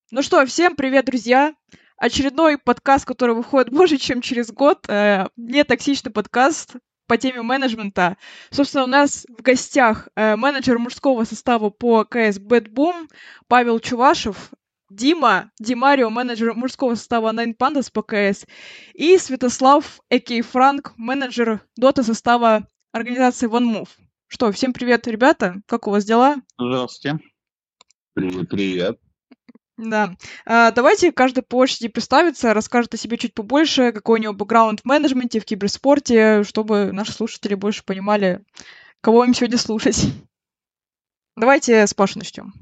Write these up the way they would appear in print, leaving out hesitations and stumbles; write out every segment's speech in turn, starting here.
Ну что, всем привет, друзья! Очередной подкаст, который выходит больше, чем через год. Нетоксичный подкаст по теме менеджмента. Собственно, у нас в гостях менеджер мужского состава по КС Bad Boom Павел Чувашев, Димарио, менеджер мужского состава Nine Pandas по КС, и Святослав, а.к.а. Франк, менеджер дота состава организации OneMove. Что, всем привет, ребята! Как у вас дела? Здравствуйте. Привет, привет. Да. Давайте каждый по очереди представится, расскажет о себе чуть побольше, какой у него бэкграунд в менеджменте, в киберспорте, чтобы наши слушатели больше понимали, кого им сегодня слушать. Давайте с Паши начнем.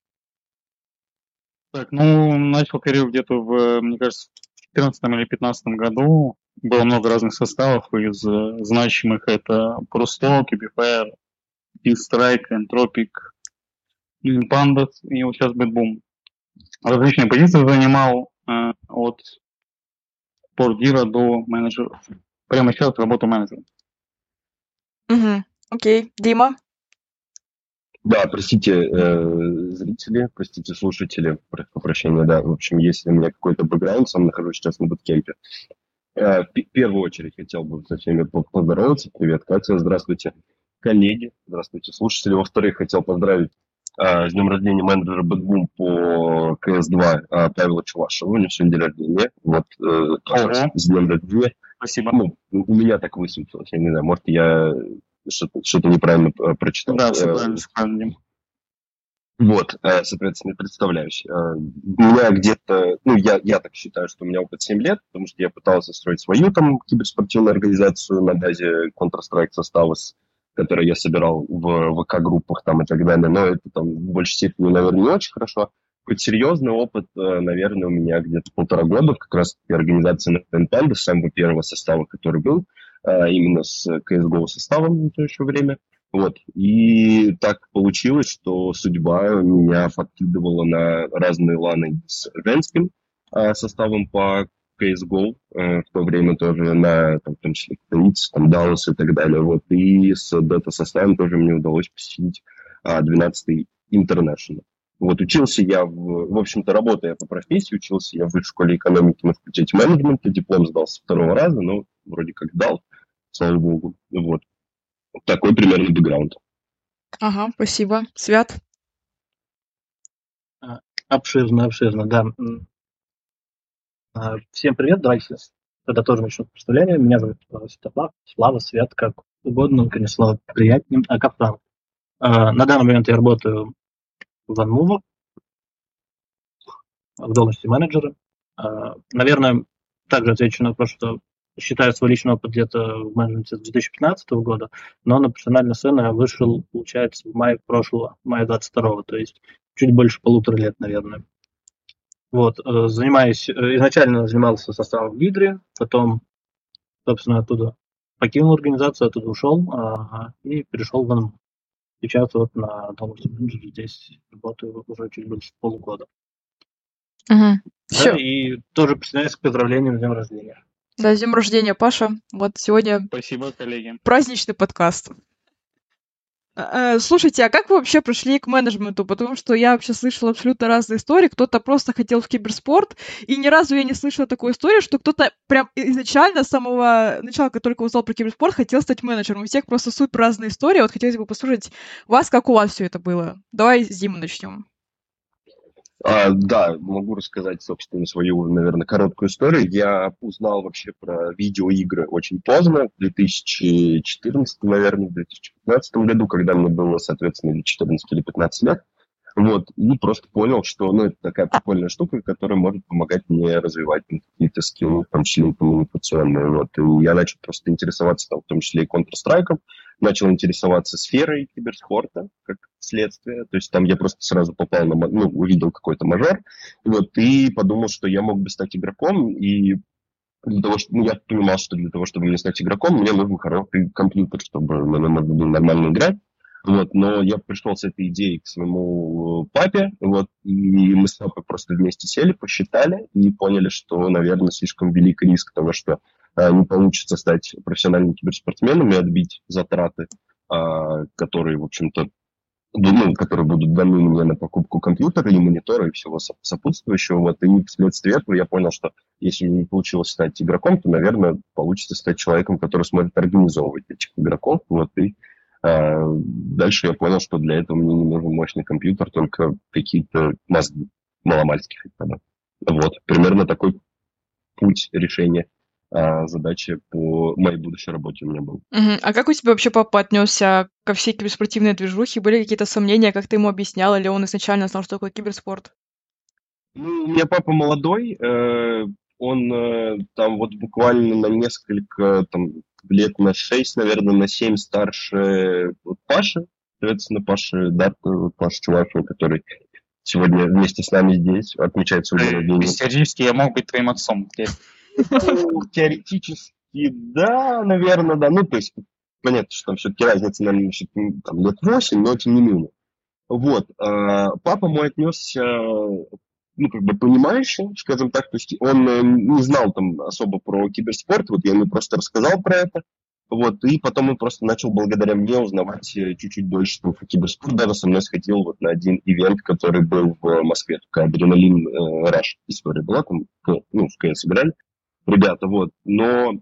Так, начал карьеру где-то мне кажется, в 2014 или 2015 году. Было много разных составов, из значимых это Просто, KBFR, Strike, Entropic, Pandas и вот сейчас Bad Boom. Различные позиции занимал от спортдира до менеджера. Прямо сейчас работаю менеджером. Угу. Окей. Дима? Да, простите, зрители, простите, слушатели, прошу прощения, да. В общем, если у меня какой-то бэкграунд, сам нахожусь сейчас на буткемпе. В первую очередь хотел бы со всеми поздороваться. Привет, Катя, здравствуйте, коллеги, здравствуйте, слушатели. Во-вторых, хотел поздравить с днем рождения менеджера Bad Boom по КС-2 Павла Чувашева. У него сегодня день рождения. Вот, с днем рождения. Спасибо. У меня так высветилось, я не знаю, может, я что-то неправильно прочитал. Да, все правильно. Вот, соответственно, представляюсь. У меня где-то, я так считаю, что у меня опыт 7 лет, потому что я пытался строить свою там киберспортивную организацию на базе Counter-Strike состава, который я собирал в ВК-группах там и так далее, но это там в большей степени, наверное, не очень хорошо. Хоть серьезный опыт, наверное, у меня где-то 1,5 года, как раз организации Nintendo, самого первого состава, который был, именно с CSGO составом в то еще время. Вот. И так получилось, что судьба меня подкидывала на разные ланы с женским составом по CSGO, в то время тоже на, там, в том числе, Катовице, там, Даллас и так далее. Вот. И с дата-составом тоже мне удалось посетить 12-й International. Вот, учился я, в общем-то, работая по профессии, учился я в высшей школе экономики на факультете менеджмента, диплом сдал со 2-го раза, но вроде как дал, слава богу. Вот. Такой примерно бэкграунд. Ага, спасибо. Свят? Обширно, да. Всем привет, давайте тогда тоже начну представление. Меня зовут Святослав, Слава, Свят, как угодно, конечно, Слава приятнее, Кафтан. На данный момент я работаю в OneMove в должности менеджера. Наверное, также отвечу на вопрос, что считаю свой личный опыт где-то в менеджменте с 2015 года, но на профессиональную сцену я вышел, получается, в мае прошлого, мая 22-го, то есть чуть больше 1,5 лет, наверное. Вот, изначально занимался составом в Гидре, потом, собственно, оттуда покинул организацию, оттуда ушел и перешел в OneMove. Сейчас вот на должности менеджера здесь работаю уже чуть больше полугода. Угу. Да, и тоже присоединяюсь к поздравлениям с днем рождения. Да, с днем рождения, Паша. Вот сегодня Спасибо, коллеги. праздничный подкаст. Слушайте, а как вы вообще пришли к менеджменту? Потому что я вообще слышала абсолютно разные истории. Кто-то просто хотел в киберспорт, и ни разу я не слышала такой истории, что кто-то прям изначально, с самого начала, как только узнал про киберспорт, хотел стать менеджером. У всех просто супер разные истории. Вот хотелось бы послушать вас, как у вас все это было. Давай с Димы начнем. Да, могу рассказать, собственно, свою, наверное, короткую историю. Я узнал вообще про видеоигры очень поздно, в 2014, наверное, в 2015 году, когда мне было, соответственно, или 14 или 15 лет. Вот, и просто понял, что, это такая прикольная штука, которая может помогать мне развивать какие-то скиллы, в том числе и коммуникационные. Вот, и я начал просто интересоваться, там, в том числе и Counter-Strike, начал интересоваться сферой киберспорта, как следствие. То есть там я просто сразу попал увидел какой-то мажор, вот, и подумал, что я мог бы стать игроком, и для того, я понимал, что для того, чтобы мне стать игроком, мне нужен хороший компьютер, чтобы можно было нормально играть. Вот, но я пришел с этой идеей к своему папе, вот, и мы с папой просто вместе сели, посчитали и поняли, что, наверное, слишком велик риск того, что не получится стать профессиональным киберспортсменом и отбить затраты, которые, в общем-то, которые будут даны мне на покупку компьютера и монитора и всего сопутствующего. Вот. И вследствие этого я понял, что если не получилось стать игроком, то, наверное, получится стать человеком, который сможет организовывать этих игроков. Вот. И дальше я понял, что для этого мне не нужен мощный компьютер, только какие-то мозги маломальских. Вот. Примерно такой путь решения задачи по моей будущей работе у меня был. А как у тебя вообще папа отнесся ко всей киберспортивной движухе? Были какие-то сомнения, как ты ему объяснял, или он изначально знал, что такое киберспорт? Ну, у меня папа молодой, он там вот буквально на несколько там, лет на 6, наверное, на 7 старше вот Паши. Соответственно, Паша Чувашев, который сегодня вместе с нами здесь отмечает свой день рождения. Теоретически я мог быть твоим отцом. Теоретически, да, наверное, да. Ну, то есть, понятно, что там все-таки разница, наверное, там, лет 8, но тем не менее. Вот. Папа мой отнесся, понимающе, скажем так. То есть он не знал там особо про киберспорт. Вот я ему просто рассказал про это. Вот, и потом он просто начал благодаря мне узнавать чуть-чуть больше про киберспорт. Даже со мной сходил вот на один ивент, который был в Москве. Такая Адреналин Rush история была. Там, в КС играли ребята, вот. Но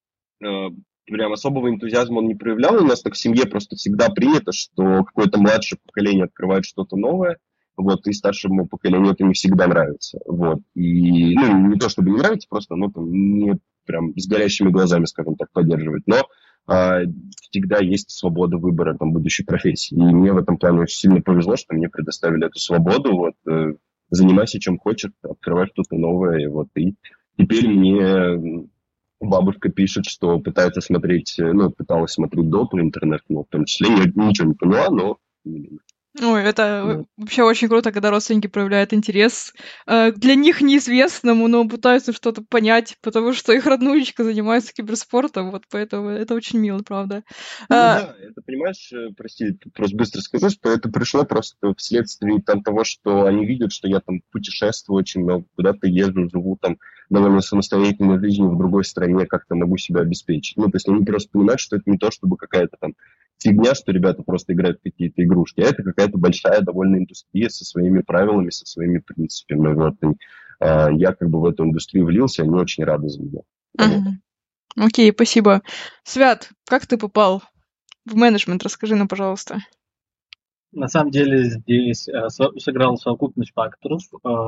прям особого энтузиазма он не проявлял. У нас так в семье просто всегда принято, что какое-то младшее поколение открывает что-то новое, вот, и старшему поколению это не всегда нравится. Вот. И, не то чтобы не нравится, просто оно там не прям с горящими глазами, скажем так, поддерживает. Но всегда есть свобода выбора там, будущей профессии. И мне в этом плане очень сильно повезло, что мне предоставили эту свободу. Вот, занимайся чем хочешь, открывай что-то новое. Вот, и теперь мне бабушка пишет, что пыталась смотреть допу интернет, в том числе. Ничего не поняла, но... Ой, это вообще очень круто, когда родственники проявляют интерес для них неизвестному, но пытаются что-то понять, потому что их роднулечка занимается киберспортом, вот поэтому это очень мило, правда. Да, это, понимаешь, прости, просто быстро скажу, что это пришло просто вследствие того, что они видят, что я там путешествую очень много, куда-то езжу, живу там довольно самостоятельной жизнью в другой стране, как-то могу себя обеспечить. То есть они просто понимают, что это не то, чтобы какая-то там фигня, что ребята просто играют в какие-то игрушки, а это какая-то большая довольно индустрия со своими правилами, со своими принципами. Вот. И, я в эту индустрию влился, они очень рады за меня. Окей, спасибо. Свят, как ты попал в менеджмент? Расскажи нам, пожалуйста. На самом деле здесь сыграл совокупность факторов.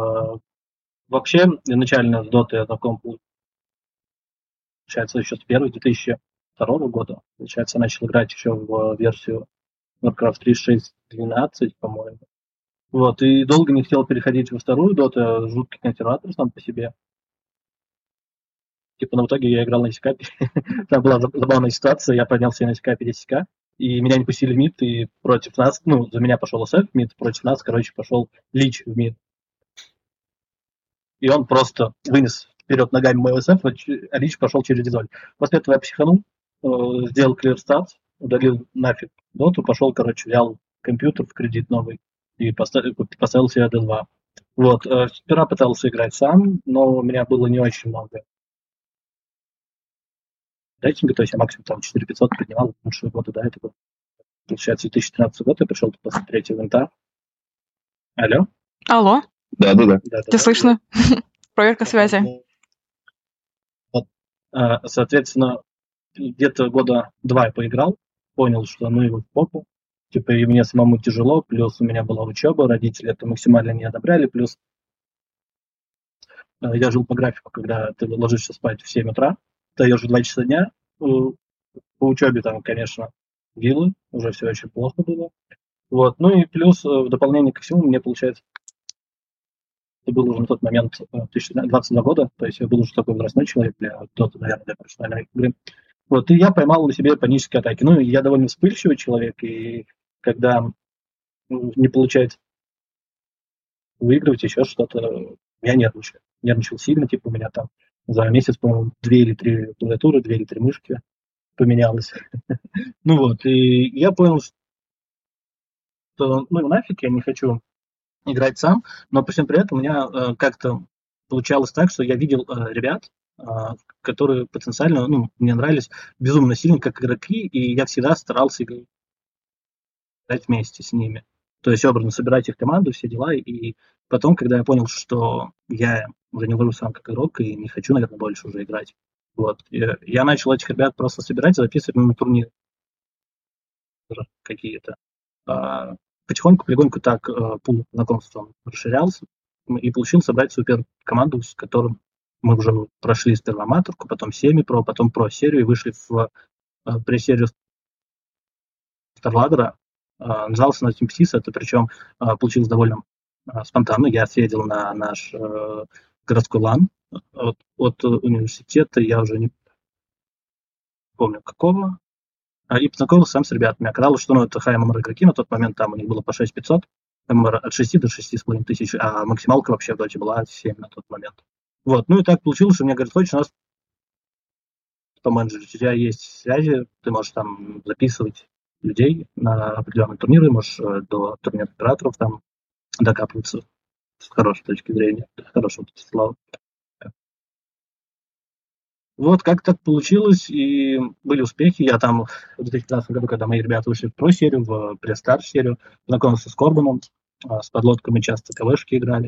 Вообще, изначально с Dota я знаком, получается, еще с 2002 года. Получается, начал играть еще в версию Warcraft 3.6.12, по-моему. Вот, и долго не хотел переходить во вторую Dota, жуткий консерватор сам по себе. Но в итоге я играл на сикапе. Там была забавная ситуация, я поднялся на сикапе 10к, и меня не пустили в мид, и против нас, за меня пошел СФ в мид, против нас, пошел Лич в мид. И он просто вынес вперед ногами моего СФ, а Лич пошел через дизоль. После этого я психанул, сделал clear stats, удалил нафиг доту, пошел, взял компьютер в кредит новый и поставил себе D2. Вот, сперва пытался играть сам, но у меня было не очень много рейтинга, то есть я максимум там 4500 поднимал лучшие годы до этого. Получается, 2013 год я пришел после третьего ивента. Алло? Алло? Да. Тебя слышно? Проверка связи. Вот. Соответственно, где-то года 2 я поиграл, понял, что его в попу. И мне самому тяжело, плюс у меня была учеба, родители это максимально не одобряли, плюс я жил по графику, когда ты ложишься спать в 7 утра, даешь 2 часа дня, по учебе там, конечно, вилы, уже все очень плохо было. Вот. И плюс в дополнение ко всему мне, получается, это был уже на тот момент 22 года, то есть я был уже такой возрастной человек для Dota, наверное, для профессиональной игры. Вот, и я поймал на себе панические атаки. Я довольно вспыльчивый человек, и когда не получается выигрывать еще что-то, я нервничаю. Нервничал сильно, у меня там за месяц, по-моему, 2 или 3 клавиатуры, 2 или 3 мышки поменялось. И я понял, что нафиг, я не хочу играть сам, но при всем при этом у меня как-то получалось так, что я видел ребят, которые потенциально, мне нравились безумно сильно как игроки, и я всегда старался играть вместе с ними. То есть образно собирать их команду, все дела. И потом, когда я понял, что я уже не ложусь сам как игрок и не хочу, наверное, больше уже играть, вот, я начал этих ребят просто собирать, записывать на турниры какие-то. Потихоньку, полегоньку так пул знакомств расширялся, и получил собрать супер команду, с которым мы уже прошли сперва аматорку, потом семи-про, потом про-серию и вышли в пресерию Старладера. Назывался на Team Sys, это причем получилось довольно спонтанно. Я съездил на наш городской лан от университета, я уже не помню какого, и познакомился сам с ребятами. Оказалось, что это high-MMR игроки, на тот момент там у них было по 6500, ММР от 6 до 6,5 тысяч, а максималка вообще в доте была 7 на тот момент. Вот, ну и так получилось, что мне говорят, слушай, у нас по менеджеру, у тебя есть связи, ты можешь там записывать людей на определенные турниры, можешь до турниров операторов там докапываться с хорошей точки зрения, хорошего слова. Вот как так получилось, и были успехи. Я там в 2015 году, когда мои ребята вышли в про-серию, в пресс-старт-серию, знакомился с Корбаном, с подлодками часто КВшки играли.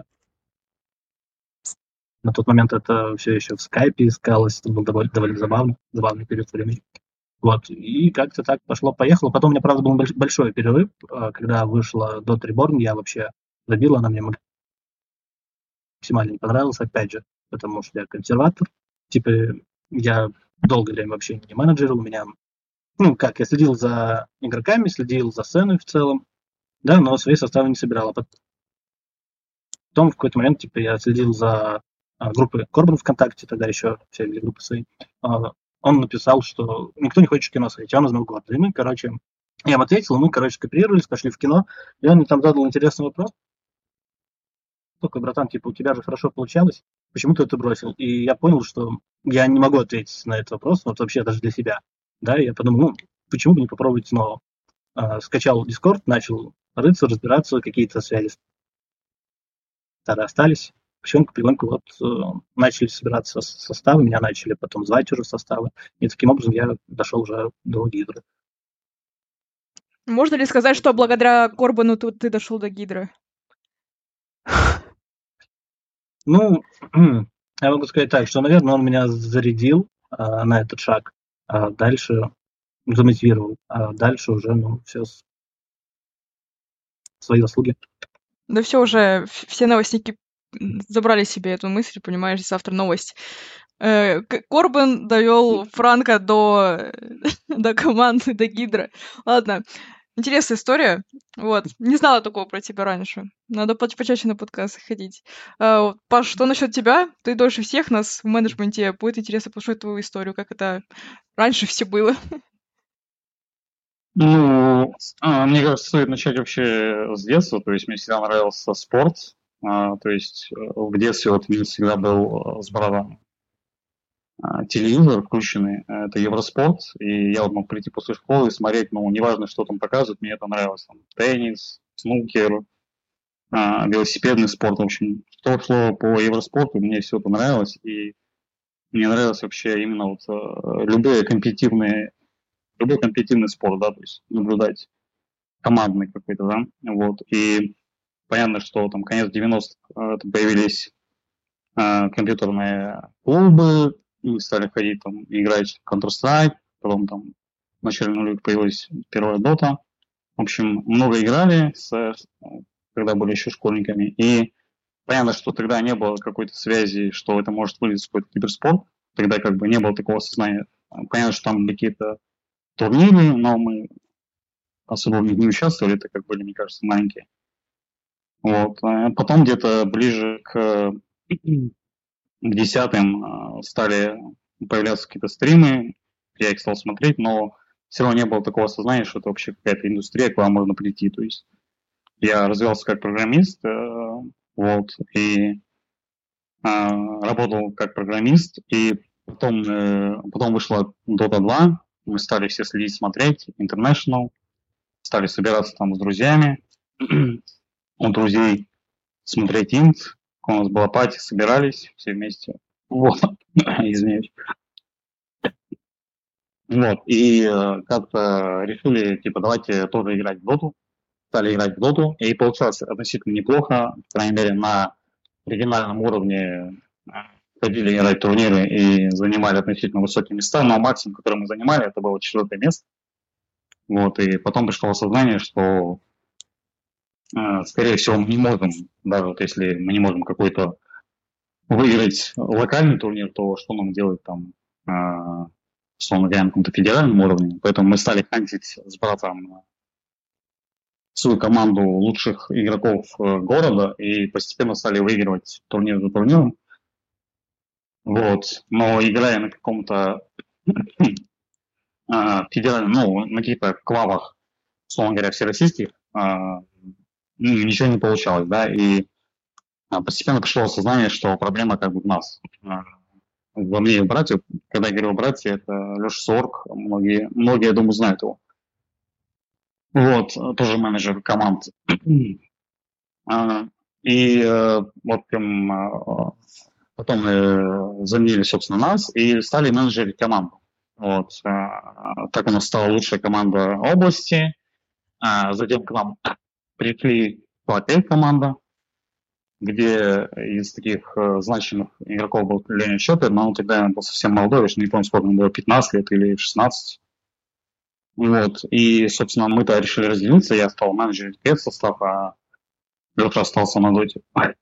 На тот момент это все еще в скайпе искалось, это был довольно забавный период времени. Вот, и как-то так пошло-поехало. Потом у меня, правда, был большой перерыв, когда вышла Dota Reborn, я вообще забил, она мне максимально не понравилась, опять же, потому что я консерватор, типа я долгое время вообще не менеджерил, у меня, я следил за игроками, следил за сценой в целом, да, но свои составы не собирал. А потом в какой-то момент, я следил за группой Корбан ВКонтакте, тогда еще все вели группы свои. Он написал, что никто не хочет в кино сходить, а он из Новгорода. И мы, я ему ответил, мы, скооперировались, пошли в кино, и он мне там задал интересный вопрос. Такой, братан, у тебя же хорошо получалось, почему ты это бросил? И я понял, что я не могу ответить на этот вопрос, вот вообще даже для себя. Да, я подумал, почему бы не попробовать снова? Скачал Discord, начал рыться, разбираться, какие-то связи старые остались. Потихоньку начали собираться составы, меня начали потом звать уже в составы. И таким образом я дошел уже до Гидры. Можно ли сказать, что благодаря Корбану ты дошел до Гидры? Я могу сказать так, что, наверное, он меня зарядил на этот шаг, а дальше замотивировал, а дальше уже, все свои заслуги. Да все уже, все новостники забрали себе эту мысль, понимаешь, завтра новость. Корбан довел Франка до команды, до Гидра. Ладно, интересная история. Вот. Не знала такого про тебя раньше. Надо почаще на подкасты ходить. Паш, что насчет тебя? Ты дольше всех нас в менеджменте. Будет интересно послушать твою историю, как это раньше все было. Мне кажется, стоит начать вообще с детства. То есть мне всегда нравился спорт. То есть в детстве вот мне всегда был с братом телевизор включенный, это Евроспорт, и я вот мог прийти после школы и смотреть, неважно, что там показывают, мне это нравилось. Там, теннис, снукер, велосипедный спорт, в общем, что шло по Евроспорту, мне все это нравилось, и мне нравилось вообще именно вот любой компетитивный спорт, да, то есть наблюдать командный какой-то, да, вот, и понятно, что там конец 90-х появились компьютерные клубы, мы стали ходить там играть в Counter-Strike, потом там в начале нулевых появилась первая Dota. В общем, много играли, когда были еще школьниками. И понятно, что тогда не было какой-то связи, что это может вылиться в какой-то киберспорт. Тогда как бы не было такого сознания. Понятно, что там какие-то турниры, но мы особо в них не участвовали, так как были, мне кажется, маленькие. Вот. Потом где-то ближе к десятым стали появляться какие-то стримы, я их стал смотреть, но все равно не было такого сознания, что это вообще какая-то индустрия, куда можно прийти. То есть я развивался как программист, и работал как программист, и потом вышла Dota 2, мы стали все следить, смотреть, International, стали собираться там с друзьями, у друзей смотреть инт, у нас была пати, собирались все вместе. Вот, извиняюсь. Вот, и как-то решили, давайте тоже играть в доту. стали играть в доту, и получалось относительно неплохо, по крайней мере, на региональном уровне ходили играть турниры и занимали относительно высокие места, но максимум, который мы занимали, это было 4-е место. Вот, и потом пришло осознание, что, скорее всего, мы не можем, даже вот если мы не можем какой-то выиграть локальный турнир, то что нам делать там, условно говоря, на каком-то федеральном уровне. Поэтому мы стали хантить с братом свою команду лучших игроков города и постепенно стали выигрывать турнир за турниром. Вот. Но играя на каком-то федеральном, ну, на каких-то клабах, условно говоря, всероссийских, ничего не получалось, да, и постепенно пришло осознание, что проблема как бы в нас. Во мне и в брате, когда я говорю о брате, это Леша Сорг, многие, я думаю, знают его. Вот, тоже менеджер команд. И вот потом мы заменили, собственно, нас и стали менеджерить команду. Вот, так у нас стала лучшая команда области. Затем к нам пришли Платель команда, где из таких значимых игроков был Леня Щепер, но он тогда был совсем молодой, я не помню, сколько ему было, 15 лет или 16. Вот, и, собственно, мы-то решили разделиться, я стал менеджерить состав, а Леша остался на доте.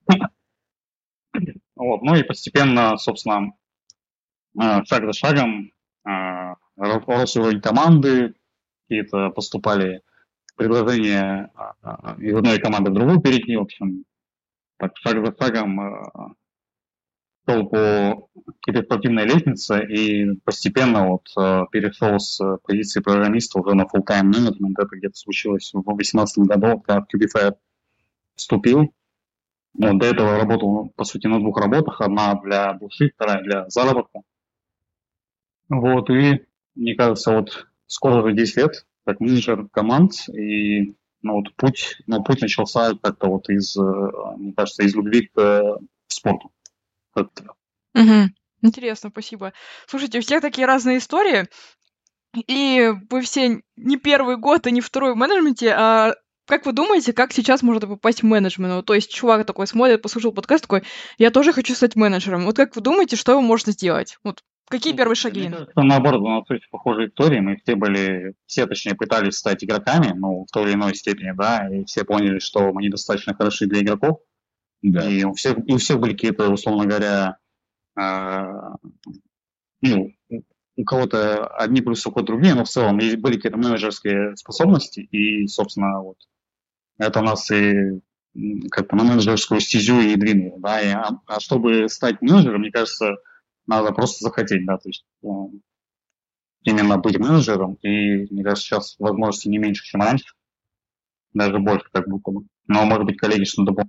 Вот, ну и постепенно, собственно, шаг за шагом рос уровень команды, какие-то поступали предложения из одной команды в другую перейти, в общем, так, шаг за шагом шел по какой-то спортивной лестнице и постепенно вот перешел с позиции программиста уже на full-time management. Это где-то случилось в 2018 году, когда в QBFire вступил. Вот, до этого работал, по сути, на 2 работах. Одна для души, вторая для заработка. Вот, и мне кажется, вот скоро уже 10 лет как менеджер команд, и путь начался как-то вот из, мне кажется, из любви к спорту. Угу. Интересно, спасибо. Слушайте, у всех такие разные истории, и вы все не первый год и не второй в менеджменте, а как вы думаете, как сейчас можно попасть в менеджмент? Ну, то есть чувак такой смотрит, послушал подкаст, такой, я тоже хочу стать менеджером. Вот как вы думаете, что его можно сделать? Вот какие первые шаги? Мне кажется, наоборот, у нас очень похожие истории. Мы все, точнее, пытались стать игроками, в той или иной степени, да, и все поняли, что мы недостаточно хороши для игроков. Да. И у всех были какие-то, условно говоря, у кого-то одни плюсы, у кого-то другие, но в целом были какие-то менеджерские способности, и, собственно, вот это нас и как-то на менеджерскую стезю и двинуло, да, а чтобы стать менеджером, мне кажется, надо просто захотеть, да, то есть именно быть менеджером, и, мне кажется, сейчас возможностей не меньше, чем раньше, даже больше, как будто бы, но, может быть, коллеги что-то дополнят.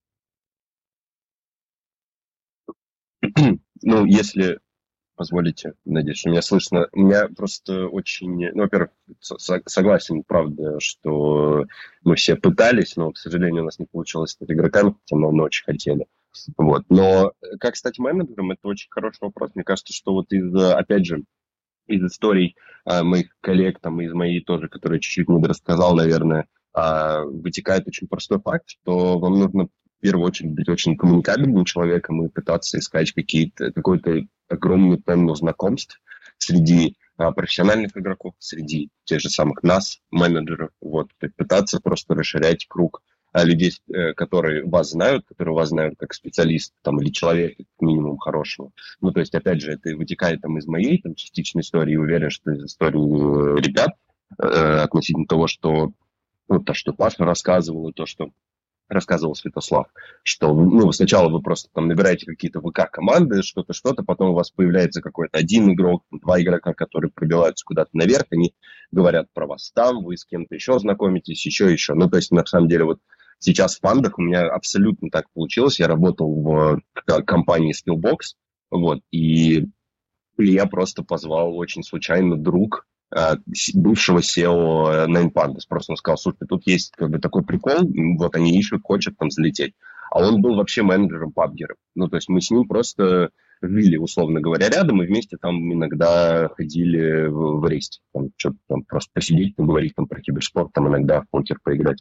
Ну, если позволите, надеюсь, что меня слышно. У меня просто очень... Ну, во-первых, согласен, правда, что мы все пытались, но, к сожалению, у нас не получилось стать игроками, хотя мы очень хотели. Вот. Но как стать менеджером, это очень хороший вопрос. Мне кажется, что вот опять же, из историй моих коллег, там, из моей тоже, которые чуть-чуть не рассказал, наверное, вытекает очень простой факт, что вам нужно в первую очередь быть очень коммуникабельным человеком и пытаться искать какой-то огромный пенну знакомств среди профессиональных игроков, среди тех же самых нас, менеджеров. Вот. То есть пытаться просто расширять круг людей, которые вас знают как специалист там, или человек, минимум хорошего. Ну, то есть, опять же, это вытекает там, из моей там, частичной истории, уверен, что из истории ребят относительно того, что то, что Паша рассказывал, и то, что рассказывал Святослав, что сначала вы просто там набираете какие-то ВК-команды, что-то, потом у вас появляется какой-то один игрок, 2 игрока, которые пробиваются куда-то наверх, они говорят про вас там, вы с кем-то еще знакомитесь, еще. Ну, то есть, на самом деле, вот сейчас в Пандах у меня абсолютно так получилось. Я работал в компании Skillbox, вот, и я просто позвал очень случайно друг бывшего SEO Nine Pandas. Просто он сказал, слушай, тут есть как бы такой прикол, вот они ищут, хочет там залететь. А он был вообще менеджером PUBG. Ну, то есть мы с ним просто жили, условно говоря, рядом, и вместе там иногда ходили в рейсте. Там что-то там просто посидеть, поговорить там про киберспорт, там иногда в покер поиграть.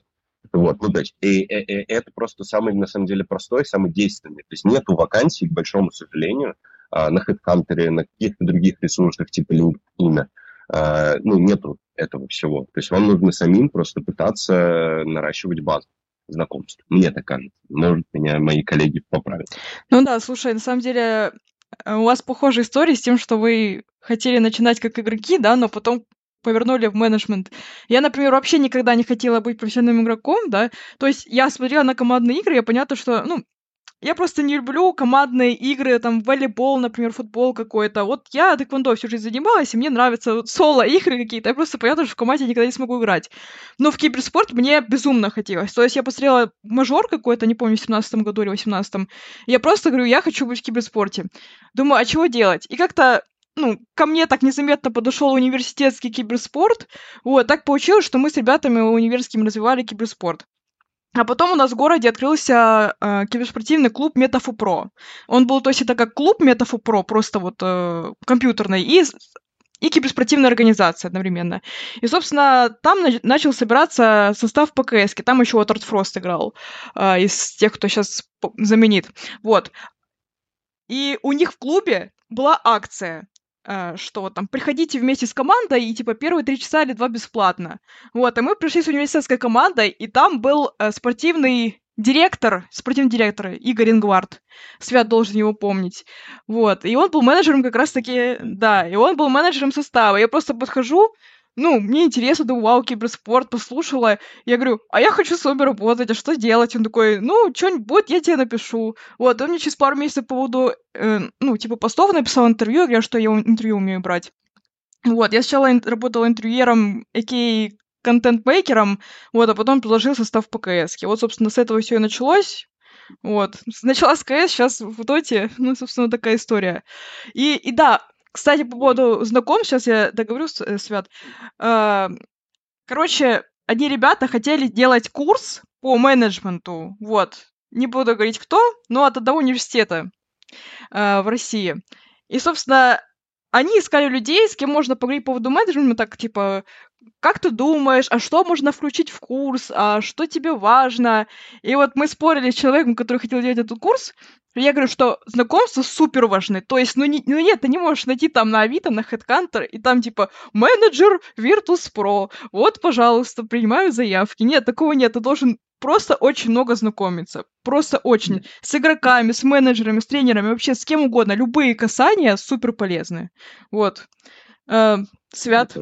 Вот, ну, то есть, это просто самый, на самом деле, простой, самый действенный. То есть нету вакансий, к большому сожалению, на HeadHunter, на каких-то других ресурсах типа LinkedIn. Ну, нету этого всего. То есть вам нужно самим просто пытаться наращивать базу знакомств. Мне так кажется. Может, меня мои коллеги поправят. Ну да, слушай, на самом деле у вас похожая история с тем, что вы хотели начинать как игроки, да, но потом повернули в менеджмент. Я, например, вообще никогда не хотела быть профессиональным игроком, да, то есть я смотрела на командные игры, я понятно, что, ну, я просто не люблю командные игры, там, волейбол, например, футбол какой-то. Вот я тэквондо всю жизнь занималась, и мне нравятся вот соло-игры какие-то. Я просто понятно, что в команде никогда не смогу играть. Но в киберспорт мне безумно хотелось. То есть я посмотрела мажор какой-то, не помню, в 17 году или 18-м. Я просто говорю, я хочу быть в киберспорте. Думаю, а чего делать? И как-то ну, ко мне так незаметно подошел университетский киберспорт. Вот, так получилось, что мы с ребятами университетскими развивали киберспорт. А потом у нас в городе открылся киберспортивный клуб Метафупро. Он был, то есть это как клуб Метафупро, просто вот компьютерный, и киберспортивная организация одновременно. И, собственно, там начал собираться состав ПКС. Там еще вот Артфрост играл из тех, кто сейчас заменит. Вот. И у них в клубе была акция, что там приходите вместе с командой, и типа первые 3 часа или 2 бесплатно. Вот, и мы пришли с университетской командой, и там был спортивный директор Игорь Ингвард. Свят должен его помнить. Вот, и он был менеджером как раз-таки, да, и он был менеджером состава. Я просто подхожу, ну, мне интересно, думаю, вау, киберспорт, послушала. Я говорю, а я хочу с вами работать, а что делать? Он такой, ну, что-нибудь будет, я тебе напишу. Вот, он мне через пару месяцев по поводу, ну, типа, постов написал интервью, я говорю, что я интервью умею брать. Вот, я сначала работала интервьюером, а.к.а. контент-мейкером, вот, а потом предложил состав ПКС. И вот, собственно, с этого все и началось. Вот. Начала с КС, сейчас в Доте, ну, собственно, такая история. И да, кстати, по поводу знакомств, сейчас я договорю, Свят. Короче, одни ребята хотели делать курс по менеджменту, вот. Не буду говорить кто, но от одного университета в России. И, собственно, они искали людей, с кем можно поговорить по поводу менеджмента, так, типа, как ты думаешь, а что можно включить в курс, а что тебе важно? И вот мы спорили с человеком, который хотел делать этот курс, и я говорю, что знакомства супер важны. То есть, ну нет, ты не можешь найти там на Авито, на HeadHunter, и там типа менеджер Virtus.pro, вот, пожалуйста, принимаю заявки. Нет, такого нет, ты должен просто очень много знакомиться. Просто очень. С игроками, с менеджерами, с тренерами, вообще с кем угодно. Любые касания супер полезны. Вот. Свят,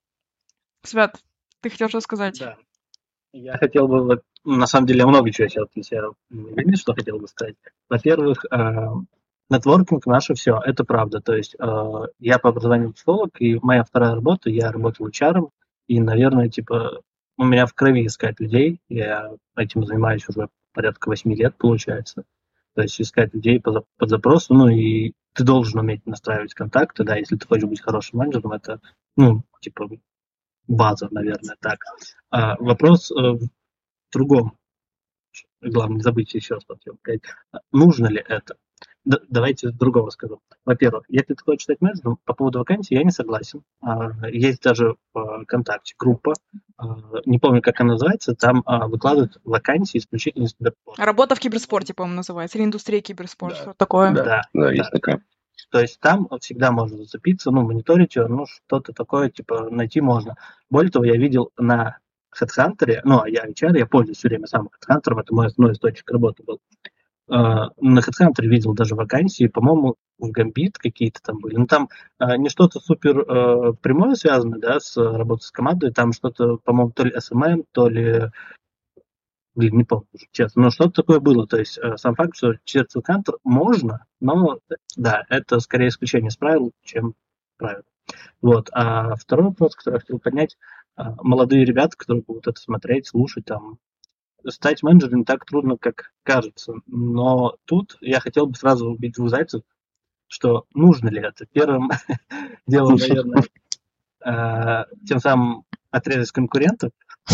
ты хотел что сказать? Да. Я хотел бы, вот, на самом деле, я много чего сейчас для себя выявил, что хотел бы сказать. Во-первых, нетворкинг наше все, это правда. То есть я по образованию психолог, и моя вторая работа, я работал HR, и, наверное, типа, у меня в крови искать людей. Я этим занимаюсь уже порядка 8 лет, получается. То есть искать людей по запросу, ну и ты должен уметь настраивать контакты, да, если ты хочешь быть хорошим менеджером, это, ну, типа, база, наверное, так. Вопрос в другом. Главное, не забыть еще раз сказать. Нужно ли это? Давайте с другого скажу. Во-первых, если ты хочешь стать менеджером, по поводу вакансии я не согласен. Есть даже в ВКонтакте группа, не помню, как она называется, там выкладывают вакансии исключительно из киберспорта. Работа в киберспорте, по-моему, называется, или индустрия киберспорта, Да. что такое. Да, есть такая. То есть там всегда можно зацепиться, ну, мониторить ее, ну, что-то такое, типа, найти можно. Более того, я видел на HeadHunter, ну, а я HR, я пользуюсь все время сам HeadHunter, это мой основной источник работы был. На HeadHunter видел даже вакансии, по-моему, в Gambit какие-то там были. Ну, там не что-то супер прямое связано, да, с работой с командой, там что-то, по-моему, то ли SMM, то ли... Блин, не помню, честно, но что-то такое было. То есть сам факт, что через HeadHunter можно, но, да, это скорее исключение из правил, чем правило. Вот. А второй вопрос, который я хотел поднять, молодые ребята, которые будут это смотреть, слушать, там, стать менеджером не так трудно, как кажется. Но тут я хотел бы сразу убить двух зайцев, что нужно ли это. Первым делом, наверное, тем самым отрезать конкурентов.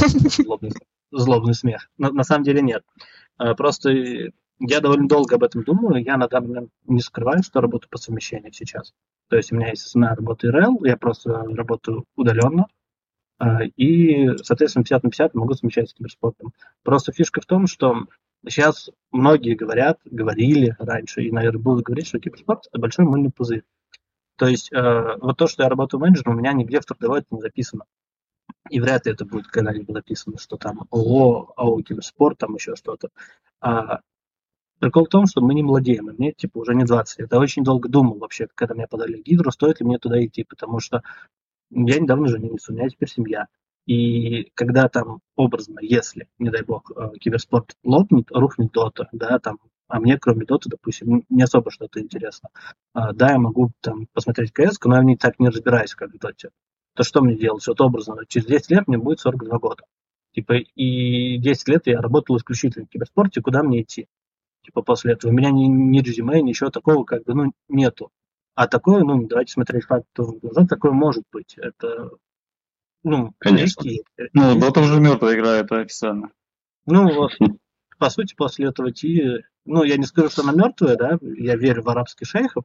Злобный смех. Но на самом деле нет. Просто я довольно долго об этом думаю. Я на данный момент не скрываю, что работаю по совмещению сейчас. То есть у меня есть основная работа ИРЛ, я просто работаю удаленно. И, соответственно, 50 на 50 могу совмещать с киберспортом. Просто фишка в том, что сейчас многие говорили раньше, и, наверное, будут говорить, что киберспорт – это большой мыльный пузырь. То есть вот то, что я работаю менеджером, у меня нигде в трудовой это не записано. И вряд ли это будет когда-либо записано, что там АО киберспорт, там еще что-то. Прикол в том, что мы не молодеем, и мне типа уже не 20 лет. Я очень долго думал вообще, когда меня подали Гидру, стоит ли мне туда идти, потому что я недавно женился, у меня теперь семья. И когда там образно, если, не дай бог, киберспорт лопнет, рухнет дота, да, там, а мне кроме доты, допустим, не особо что-то интересно. Да, я могу там посмотреть КС, но я в ней так не разбираюсь, как в доте. То что мне делать? Вот образно, через 10 лет мне будет 42 года. Типа, и 10 лет я работал исключительно в киберспорте, куда мне идти? Типа, после этого. У меня ни резюме, ничего такого, как бы, ну, нету. А такое, ну, давайте смотреть факт в глаза, такое может быть. Это, ну, Конечно. Ну, Дота уже мертвая игра, это официально. Ну, вот, по сути, после этого идти, ну, я не скажу, что она мертвая, да, я верю в арабских шейхов,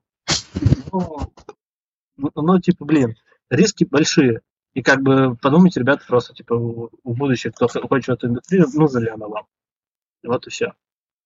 но типа, блин, риски большие. И как бы подумайте, ребята, просто, типа, в будущем, кто хочет в эту индустрию, нужно ли она вам? Вот и все.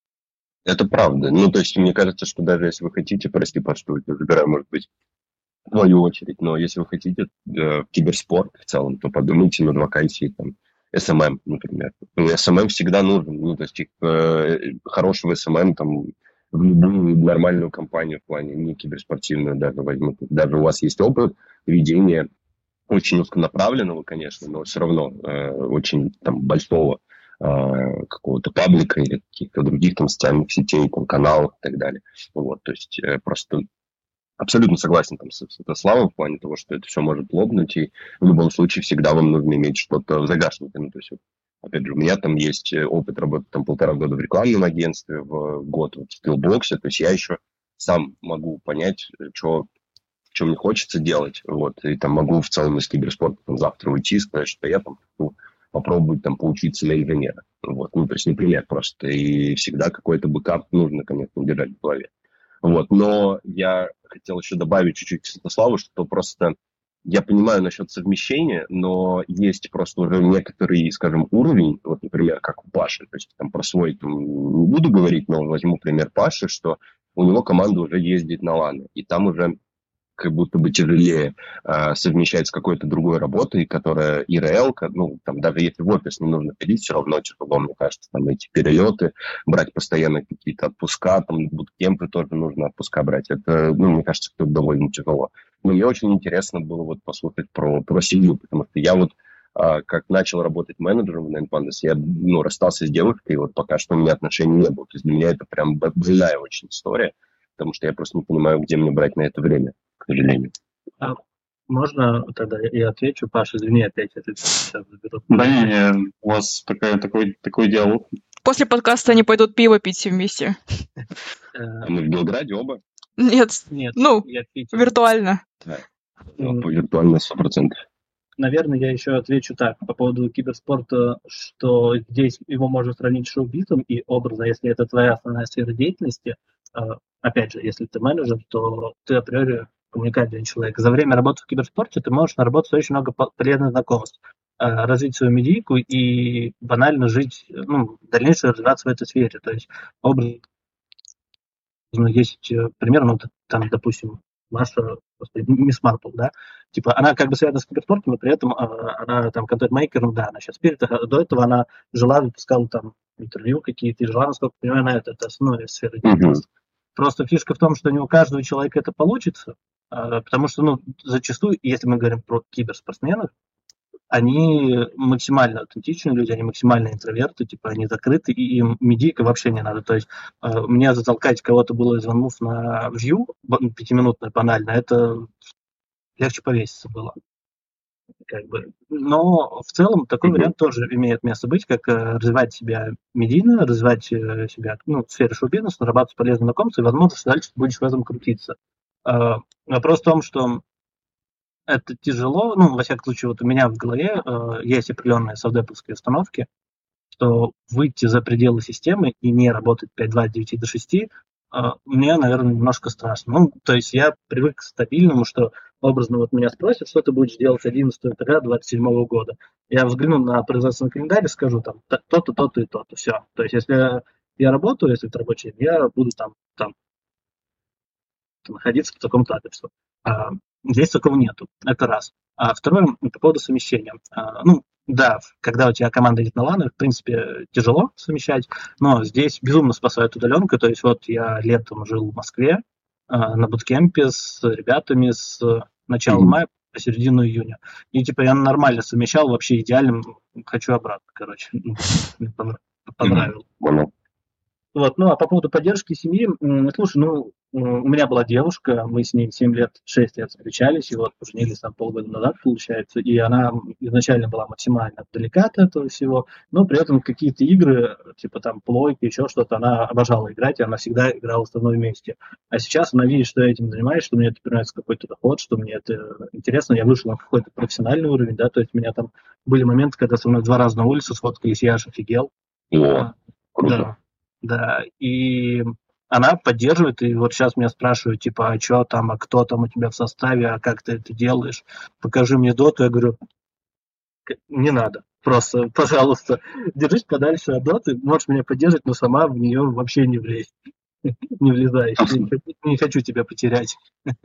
Это правда. Ну, то есть, мне кажется, что даже если вы хотите, прости, что я забираю, может быть, твою очередь, но если вы хотите киберспорт в целом, то подумайте над вакансией там SMM, например. Ну, SMM всегда нужен. Ну, то есть, хорошего SMM там в любую нормальную компанию в плане не киберспортивную даже возьмут. Даже у вас есть опыт ведения очень узконаправленного, конечно, но все равно очень там большого какого-то паблика или каких-то других там социальных сетей, там, каналов и так далее. Вот, то есть просто абсолютно согласен там с Святославом в плане того, что это все может лопнуть, и в любом случае всегда вам нужно иметь что-то в загашнике. Ну, то есть, опять же, у меня там есть опыт работы там 1,5 года в рекламном агентстве, в год в скиллбоксе, то есть я еще сам могу понять, что мне хочется делать, вот, и там могу в целом из киберспорта там, завтра уйти и сказать, что я там попробовать там поучиться на инженера, вот, ну, то есть, например, просто, и всегда какой-то бэкап нужно, конечно, держать в голове, вот, но я хотел еще добавить чуть-чуть к Святославу, что просто я понимаю насчет совмещения, но есть просто уже некоторый, скажем, уровень, вот, например, как у Паши, то есть там про свой там, не буду говорить, но возьму пример Паши, что у него команда уже ездит на ланы, и там уже как будто бы тяжелее совмещать с какой-то другой работой, которая ИРЛ, ну, там, даже если в офис не нужно ходить, все равно тяжело, мне кажется, там, эти перелеты, брать постоянно какие-то отпуска, там, буткемпы тоже нужно отпуска брать, это, ну, мне кажется, это довольно тяжело. Но мне очень интересно было вот послушать про семью, потому что я вот как начал работать менеджером в NinePandas, я, ну, расстался с девушкой, и вот пока что у меня отношений не было, то есть для меня это прям больная очень история, потому что я просто не понимаю, где мне брать на это время, к сожалению. Можно тогда я отвечу, Паша, извини, опять я сейчас заберу. Да не, у вас такой диалог. После подкаста они пойдут пиво пить все вместе. Мы в Белграде оба? Нет, ну, я виртуально. Да, виртуально 100%. Наверное, я еще отвечу так по поводу киберспорта, что здесь его можно сравнить с шоу-бизом, и образно, если это твоя основная сфера деятельности, опять же, если ты менеджер, то ты априори коммуникабельный человек. За время работы в киберспорте ты можешь наработать очень много полезных знакомств, развить свою медийку и банально жить, ну, дальнейшее развиваться в этой сфере. То есть образно есть пример, ну, там, допустим, наша Мисс Марпл, да, типа она как бы связана с киберспортом, но при этом она там контент-мейкером, да, она сейчас пилит, до этого она жила, выпускала там интервью какие-то, и жила, насколько я понимаю, на это основная сфера деятельности. Просто фишка в том, что не у каждого человека это получится, потому что, ну, зачастую, если мы говорим про киберспортсменов, они максимально аутентичные люди, они максимально интроверты, типа они закрыты, и им медийка вообще не надо. То есть мне затолкать кого-то было из OneMove на View, 5-минутное банально, это легче повеситься было. Как бы. Но в целом такой вариант тоже имеет место быть, как развивать себя медийно, развивать себя, ну, в сфере шоу-бизнеса, нарабатывать полезные знакомства, и, возможно, что дальше будешь в этом крутиться. Вопрос в том, что это тяжело, ну, во всяком случае, вот у меня в голове есть определенные совдеповские установки, что выйти за пределы системы и не работать 5-2, 9 до 6, мне, наверное, немножко страшно. Ну, то есть я привык к стабильному, что образно вот меня спросят, что ты будешь делать 11 февраля 27 года. Я взгляну на производственный календарь и скажу там то-то, то-то и то-то. Все. То есть, если я работаю, если это рабочий день, я буду там находиться в таком-то адресу. Здесь такого нету. Это раз. А второе, по поводу совмещения. Да, когда у тебя команда идет на ланы, в принципе, тяжело совмещать, но здесь безумно спасает удаленка. То есть вот я летом жил в Москве на буткемпе с ребятами с начала мая по середину июня. И типа я нормально совмещал, вообще идеально. Хочу обратно, короче. Мне понравилось. Вот, а по поводу поддержки семьи, слушай, у меня была девушка, мы с ней 6 лет встречались, и вот поженились там полгода назад, получается, и она изначально была максимально далека от этого всего, но при этом какие-то игры, типа там плойки, еще что-то, она обожала играть, и она всегда играла в одном месте. А сейчас она видит, что я этим занимаюсь, что мне это приносит какой-то доход, что мне это интересно, я вышел на какой-то профессиональный уровень, да, то есть у меня там были моменты, когда со мной 2 раза на улицу сфоткались, я аж офигел. Круто. Да, и она поддерживает, и вот сейчас меня спрашивают, типа, а что там, а кто там у тебя в составе, а как ты это делаешь, покажи мне доту, я говорю, не надо, просто, пожалуйста, держись подальше от доты, можешь меня поддерживать, но сама в нее вообще не влезь, не влезай, не хочу тебя потерять.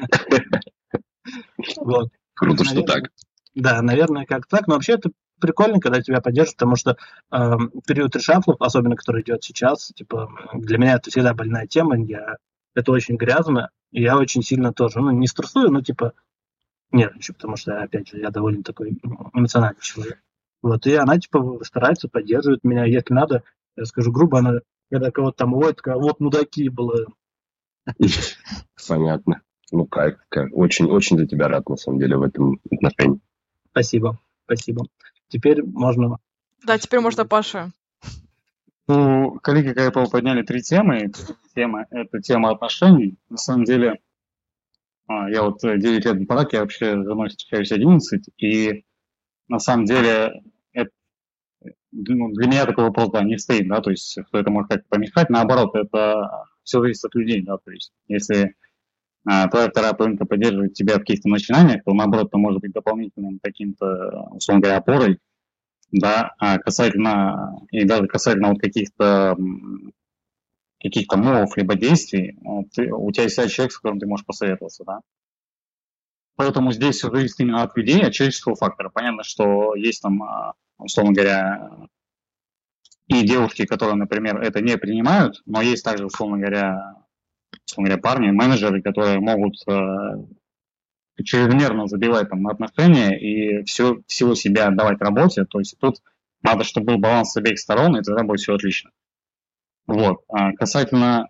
Вот. Круто, что так. Да, наверное, как так, но вообще это прикольно, когда тебя поддерживают, потому что период решафлов, особенно который идет сейчас, типа, для меня это всегда больная тема, это очень грязно, и я очень сильно тоже, не стрессую, но типа нервничаю, потому что, опять же, я довольно такой эмоциональный человек. Вот, и она, типа, старается, поддерживает меня, если надо, я скажу грубо, она, когда кого-то там уводит, такая, вот мудаки было. Понятно. Кайф. Очень за тебя рад, на самом деле, в этом отношении. Спасибо. Теперь можно... Да, теперь можно Паша. Коллеги Кайпова подняли 3 темы. Тема – это тема отношений. На самом деле, я вот 9 лет в браке, я вообще с женой встречаюсь 11, и на самом деле для меня такой вопрос, не стоит, да, то есть, что это может как-то помешать. Наоборот, это все зависит от людей, да, то есть, если твоя вторая половинка поддерживает тебя в каких-то начинаниях, то, наоборот, это может быть дополнительным каким-то, условно говоря, опорой, да, и даже касательно вот каких-то мовов либо действий, у тебя есть всегда человек, с которым ты можешь посоветоваться, да. Поэтому здесь все зависит именно от людей, от человеческого фактора. Понятно, что есть там, условно говоря, и девушки, которые, например, это не принимают, но есть также, условно говоря, парни, менеджеры, которые могут чрезмерно забивать там на отношения и всего себя отдавать работе. То есть тут надо, чтобы был баланс с обеих сторон, и тогда будет все отлично. Вот. Касательно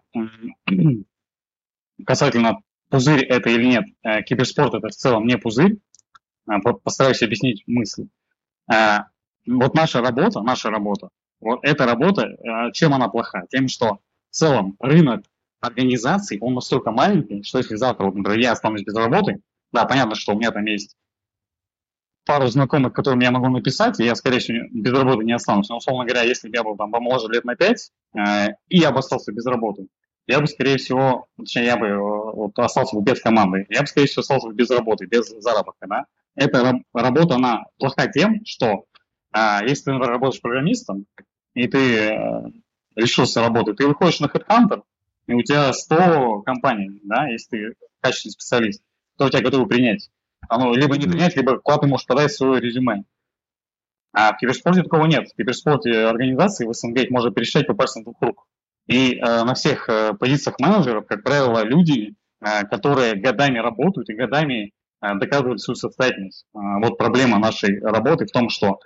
пузырь это или нет, киберспорт это в целом не пузырь. Постараюсь объяснить мысль. Вот наша работа, вот эта работа, чем она плоха? Тем, что в целом рынок организаций, он настолько маленький, что если завтра, вот, например, я останусь без работы, да, понятно, что у меня там есть пару знакомых, которым я могу написать, и я, скорее всего, без работы не останусь. Но, условно говоря, если бы я был там помоложе лет на 5, и я бы остался без работы, я бы, скорее всего, точнее, я бы остался бы без команды, я бы, скорее всего, остался бы без работы, без заработка, да. Эта работа, она плоха тем, что если ты, например, работаешь программистом, и ты решился работать, ты выходишь на HeadHunter, и у тебя 100 компаний, да, если ты качественный специалист, кто тебя готовы принять. Оно либо не принять, либо куда ты можешь подать свое резюме. А в киберспорте такого нет. В киберспорте организации в СНГ можно пересчитать по пальцам 2 рук. И на всех позициях менеджеров, как правило, люди, которые годами работают и годами доказывают свою состоятельность. Вот проблема нашей работы в том, что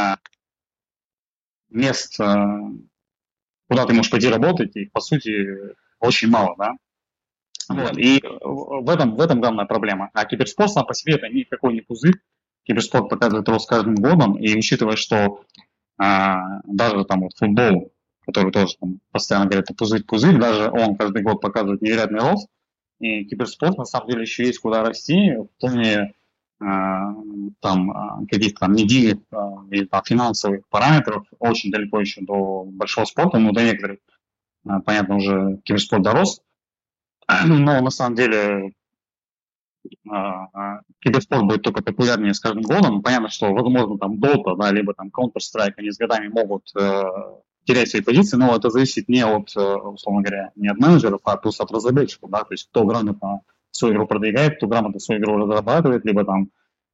мест, куда ты можешь пойти работать, их, по сути, очень мало, да. Вот. И в этом главная проблема. А киберспорт сам по себе это никакой не пузырь. Киберспорт показывает рост каждым годом, и учитывая, что даже там вот футбол, который тоже там постоянно говорят, это пузырь, даже он каждый год показывает невероятный рост. И киберспорт на самом деле еще есть куда расти в плане каких-то там медийных или финансовых параметров, очень далеко еще до большого спорта, но до некоторых, понятно, уже киберспорт дорос. Но на самом деле киберспорт будет только популярнее с каждым годом. Понятно, что, возможно, там Dota, да, либо там Counter-Strike, они с годами могут терять свои позиции, но это зависит не от, условно говоря, не от менеджеров, а просто от разработчиков, да, то есть кто грамотно свою игру продвигает, кто грамотно свою игру разрабатывает, либо там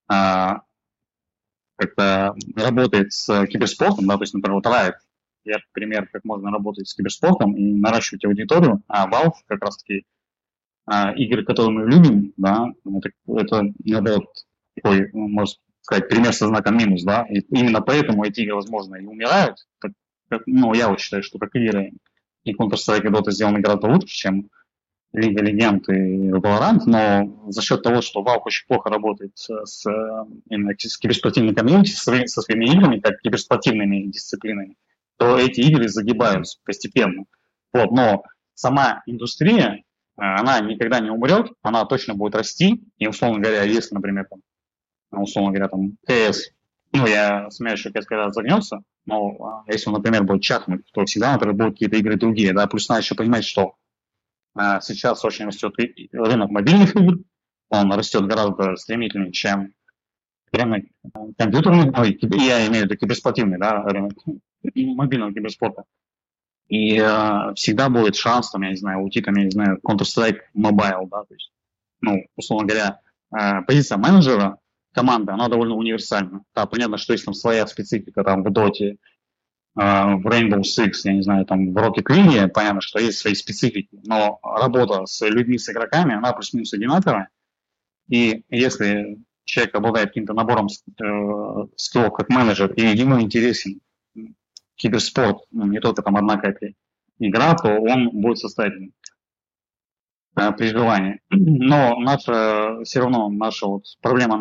как-то работает с киберспортом, да, то есть, например, вот Riot, я пример, как можно работать с киберспортом и наращивать аудиторию, а Valve как раз-таки игры, которые мы любим, да, это наоборот такой, можно сказать, пример со знаком минус, да, и именно поэтому эти игры, возможно, и умирают, я вот считаю, что как игры и Counter-Strike и Dota сделаны гораздо лучше, чем Лига Легенд и Valorant, но за счет того, что Valve очень плохо работает именно с киберспортивной комьюнити, со своими играми, как киберспортивными дисциплинами, то эти игры загибаются постепенно. Вот, но сама индустрия, она никогда не умрет, она точно будет расти, и, условно говоря, если, например, там, CS, я смеюсь, что CS когда загнется, но если он, например, будет чахнуть, то всегда, например, будут какие-то игры другие, да, плюс надо еще понимать, что сейчас очень растет рынок мобильных игр, он растет гораздо стремительнее, чем рынок компьютерных, я имею в виду киберспортивный, да, рынок мобильного киберспорта. И всегда будет шанс, там, я не знаю, уйти, там, я не знаю, Counter-Strike Mobile, да, то есть, условно говоря, позиция менеджера команды, она довольно универсальна. Да, понятно, что есть там своя специфика, там, в Dota, в Rainbow Six, я не знаю, там, в Rocket League, понятно, что есть свои специфики, но работа с людьми, с игроками, она плюс-минус одинаковая, и если человек обладает каким-то набором скиллов как менеджер, и ему интересен киберспорт, не только там одна какая-то игра, то он будет состоятельным при желании. Но все равно наша проблема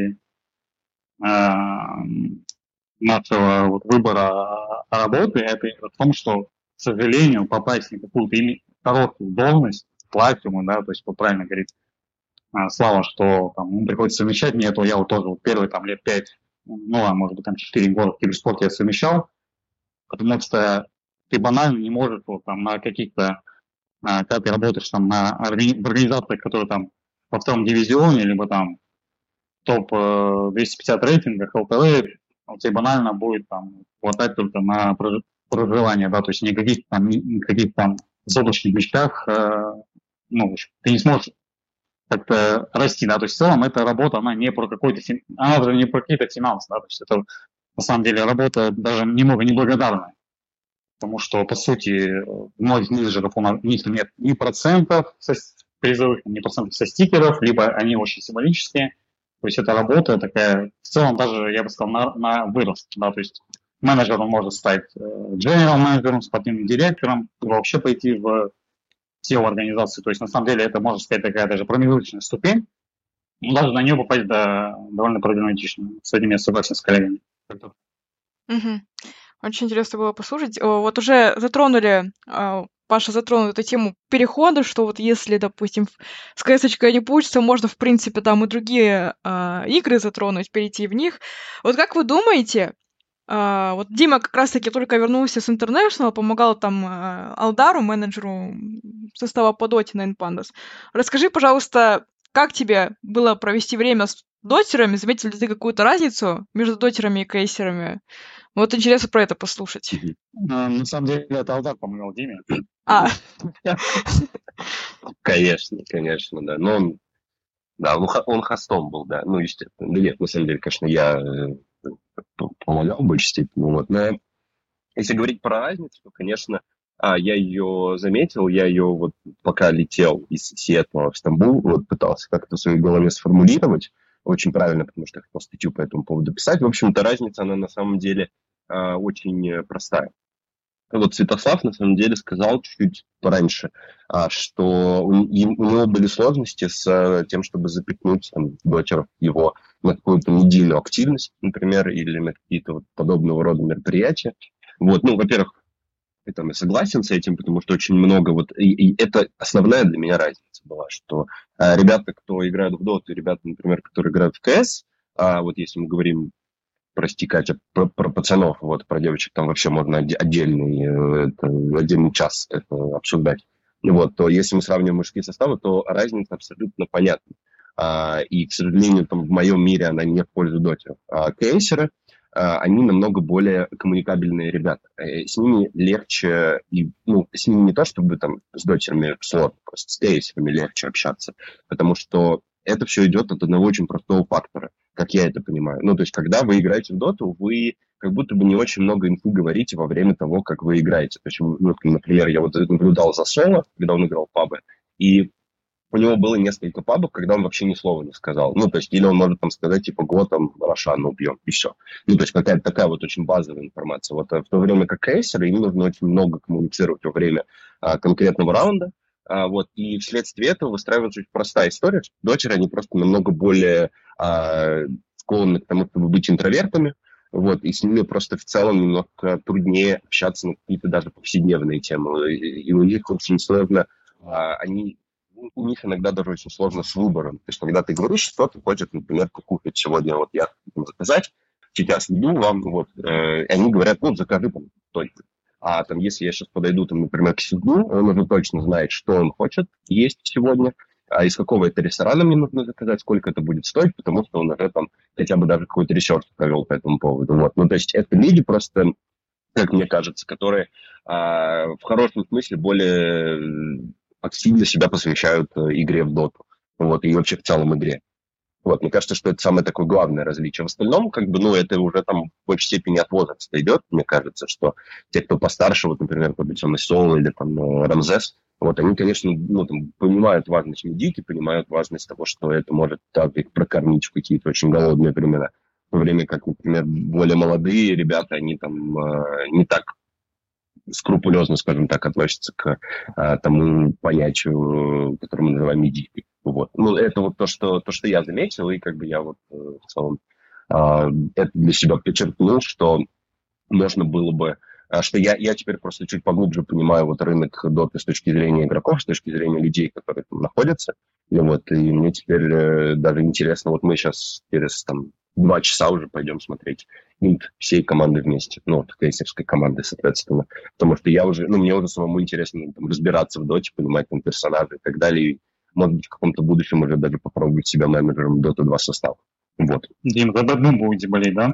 нашего выбора работы, это в том, что, к сожалению, попасть на какую-то короткую должность, платину, да, то есть, правильно говорит Слава, что там приходится совмещать, мне это я тоже первые там лет 5, может быть, там 4 года в киберспорте я совмещал, потому что ты банально не можешь там на каких-то, когда ты работаешь там в организациях, которые там во втором дивизионе, либо там топ-250 рейтингах, ЛТВ, тебе банально будет там хватать только на проживание, да, то есть никаких там заоблачных мечтах, ты не сможешь как-то расти, да, то есть в целом эта работа, она не про она даже не про какие-то финансы, да, то есть это на самом деле работа даже немного неблагодарная, потому что, по сути, у многих менеджеров у них нет ни процентов призовых, ни процентов со стикеров, либо они очень символические, то есть эта работа такая, в целом даже, я бы сказал, на вырост, да, то есть менеджер, он может стать general менеджером, спортивным директором, вообще пойти в SEO организации, то есть на самом деле это, можно сказать, такая даже промежуточная ступень, но даже на нее попасть довольно проблематично. С этим я согласен с коллегами. Угу. Очень интересно было послушать. Вот уже Паша затронул эту тему перехода, что вот если, допустим, с CS-очкой не получится, можно, в принципе, там и другие игры затронуть, перейти в них. Вот как вы думаете, вот Дима как раз-таки только вернулся с International, помогал там Алдару, менеджеру состава по доте на Pandas. Расскажи, пожалуйста, как тебе было провести время с дотерами? Заметил ли ты какую-то разницу между дотерами и кейсерами? Вот интересно про это послушать. На самом деле, это Алдар помогал Диме. Конечно, да. Но он хостом был, да. Естественно. Да нет, на самом деле, конечно, я помогал в большей степени. Но если говорить про разницу, то, конечно, я ее заметил, пока летел из Сиэтла в Стамбул, пытался как-то в своей голове сформулировать очень правильно, потому что я хотел статью по этому поводу писать. В общем-то, разница, она на самом деле очень простая. Святослав, на самом деле, сказал чуть пораньше, что у него были сложности с тем, чтобы запихнуть дотеров его на какую-то медийную активность, например, или на какие-то подобного рода мероприятия. Во-первых, я согласен с этим, потому что очень много и это основная для меня разница была, что ребята, кто играют в Dota, ребята, например, которые играют в CS, если мы говорим, прости, Катя, про пацанов, про девочек, там вообще можно отдельный час это обсуждать. То если мы сравниваем мужские составы, то разница абсолютно понятна. И, к сожалению, там в моем мире она не в пользу доте. КСеры, они намного более коммуникабельные ребята. С ними легче, с ними не то, чтобы там с дотерами сложно, просто с кейсерами легче общаться, потому что это все идет от одного очень простого фактора, как я это понимаю. То есть, когда вы играете в доту, вы как будто бы не очень много инфы говорите во время того, как вы играете. То есть, например, я вот наблюдал за Соло, когда он играл в пабы, и у него было несколько пабов, когда он вообще ни слова не сказал. То есть, или он может там сказать, типа, там Рошана убьем, и все. То есть, какая-то такая вот очень базовая информация. Вот в то время как кейсеры, им нужно очень много коммуницировать во время конкретного раунда. И вследствие этого выстраивается очень простая история, что дотеры, они просто намного более склонны к тому, чтобы быть интровертами, и с ними просто в целом немного труднее общаться на какие-то даже повседневные темы. И у них очень сложно, у них иногда даже очень сложно с выбором. То есть, когда ты говоришь, что ты хочешь, например, покушать сегодня, я хочу заказать, сейчас иду вам, и они говорят, закажи там только. А там, если я сейчас подойду, например, к Сидну, он уже точно знает, что он хочет есть сегодня, а из какого это ресторана мне нужно заказать, сколько это будет стоить, потому что он уже там хотя бы даже какой-то ресерч провел по этому поводу. То есть это люди просто, как мне кажется, которые в хорошем смысле более активно себя посвящают игре в доту, и вообще в целом игре. Мне кажется, что это самое такое главное различие. В остальном, это уже там в большей степени от возраста идет. Мне кажется, что те, кто постарше, например, победенный Соло или там Рамзес, они, конечно, понимают важность медики, понимают важность того, что это может их прокормить в какие-то очень голодные времена. В то время как, например, более молодые ребята, они там не так скрупулезно, скажем так, относятся к тому понятию, которое мы называем медикой. Это то, что я заметил, и я в целом это для себя подчеркнул, что можно было бы, что я теперь просто чуть поглубже понимаю рынок доты с точки зрения игроков, с точки зрения людей, которые там находятся. И мне теперь даже интересно, мы сейчас через 2 часа уже пойдем смотреть инт всей команды вместе, кейсерской команды, соответственно. Потому что я уже, мне уже самому интересно разбираться в доте, понимать персонажей и так далее. И, может быть, в каком-то будущем уже даже попробовать себя менеджером Dota 2 состава. Дим, за Бэтмен будете болеть, да?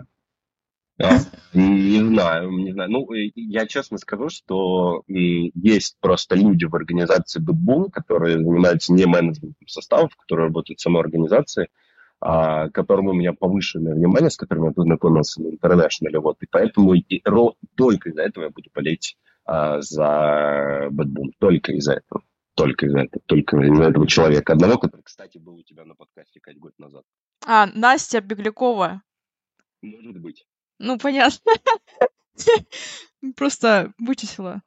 Не знаю. Я честно скажу, что есть просто люди в организации Bad которые занимаются не менеджментом составов, которые работают в самой организации, которым у меня повышенное внимание, с которыми я познакомился на International. И поэтому только из-за этого я буду болеть за Bad Boom. Только из-за этого. Только из-за этого человека. Одного, который, кстати, был у тебя на подкасте 5 год назад. Настя Беглякова. Может быть. Понятно. Просто вычислила.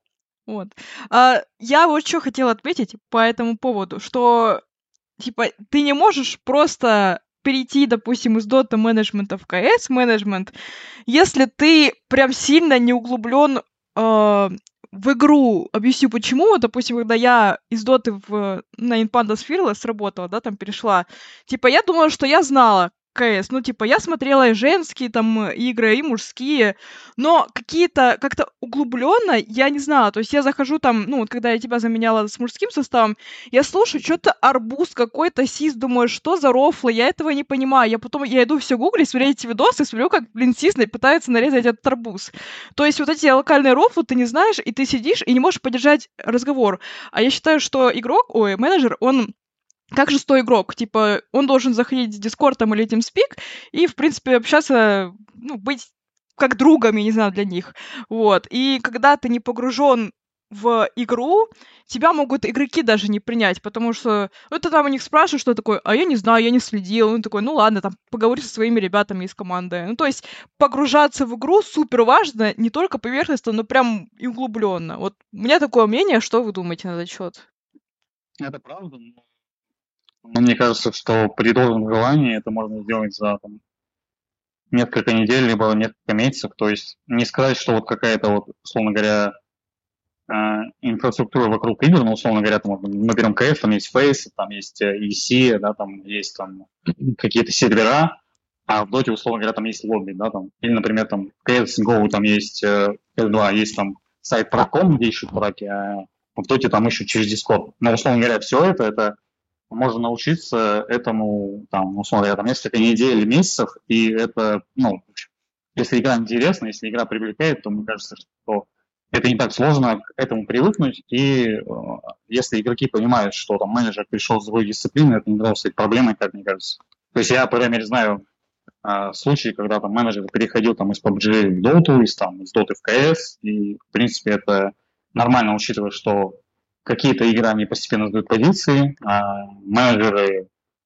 Я что хотела отметить по этому поводу, что, ты не можешь просто перейти, допустим, из дота менеджмента в КС менеджмент, если ты прям сильно не углублен в игру. Объясню почему. Допустим, когда я из доты на Inpandas Fearless работала, там перешла, я думала, что я знала КС. Я смотрела и женские игры, и мужские, но как-то углубленно я не знала. То есть я захожу когда я тебя заменяла с мужским составом, я слушаю, что-то арбуз какой-то, сис, думаю, что за рофлы, я этого не понимаю. Я иду все гуглить, смотреть эти видосы, смотрю, как, сис пытается нарезать этот арбуз. То есть эти локальные рофлы ты не знаешь, и ты сидишь и не можешь поддержать разговор. А я считаю, что менеджер, он как шестой игрок, он должен заходить с Дискордом или TeamSpeak и, в принципе, общаться, быть как другом, я не знаю, для них. И когда ты не погружен в игру, тебя могут игроки даже не принять, потому что ты у них спрашиваешь, что такое, я не знаю, я не следил. Он такой, ладно, поговори со своими ребятами из команды. То есть погружаться в игру супер важно, не только поверхностно, но прям и углубленно. У меня такое мнение, что вы думаете на этот счет? Это правда, но мне кажется, что при должном желании это можно сделать за несколько недель, либо несколько месяцев. То есть не сказать, что какая-то, условно говоря, инфраструктура вокруг игр, условно говоря, мы берем КС, там есть Face, там есть EC, там есть какие-то сервера, а в Dota, условно говоря, там есть лобби, или, например, в CSGO там есть CS2, есть сайт Procom, где ищут браки, а в Dota там ищут через Discord. Но, условно говоря, все это можно научиться этому, там, условно говоря, там, несколько недель или месяцев, и это, ну, если игра интересна, если игра привлекает, то мне кажется, что это не так сложно к этому привыкнуть, и если игроки понимают, что там менеджер пришел с другой дисциплины, это не должно стать проблемой, как мне кажется. То есть я, по крайней мере, знаю случаи, когда там менеджер переходил там из PUBG в Dota, из Dota в CS, и, в принципе, это нормально, учитывая, что какие-то игры, они постепенно сдают позиции, а менеджеры,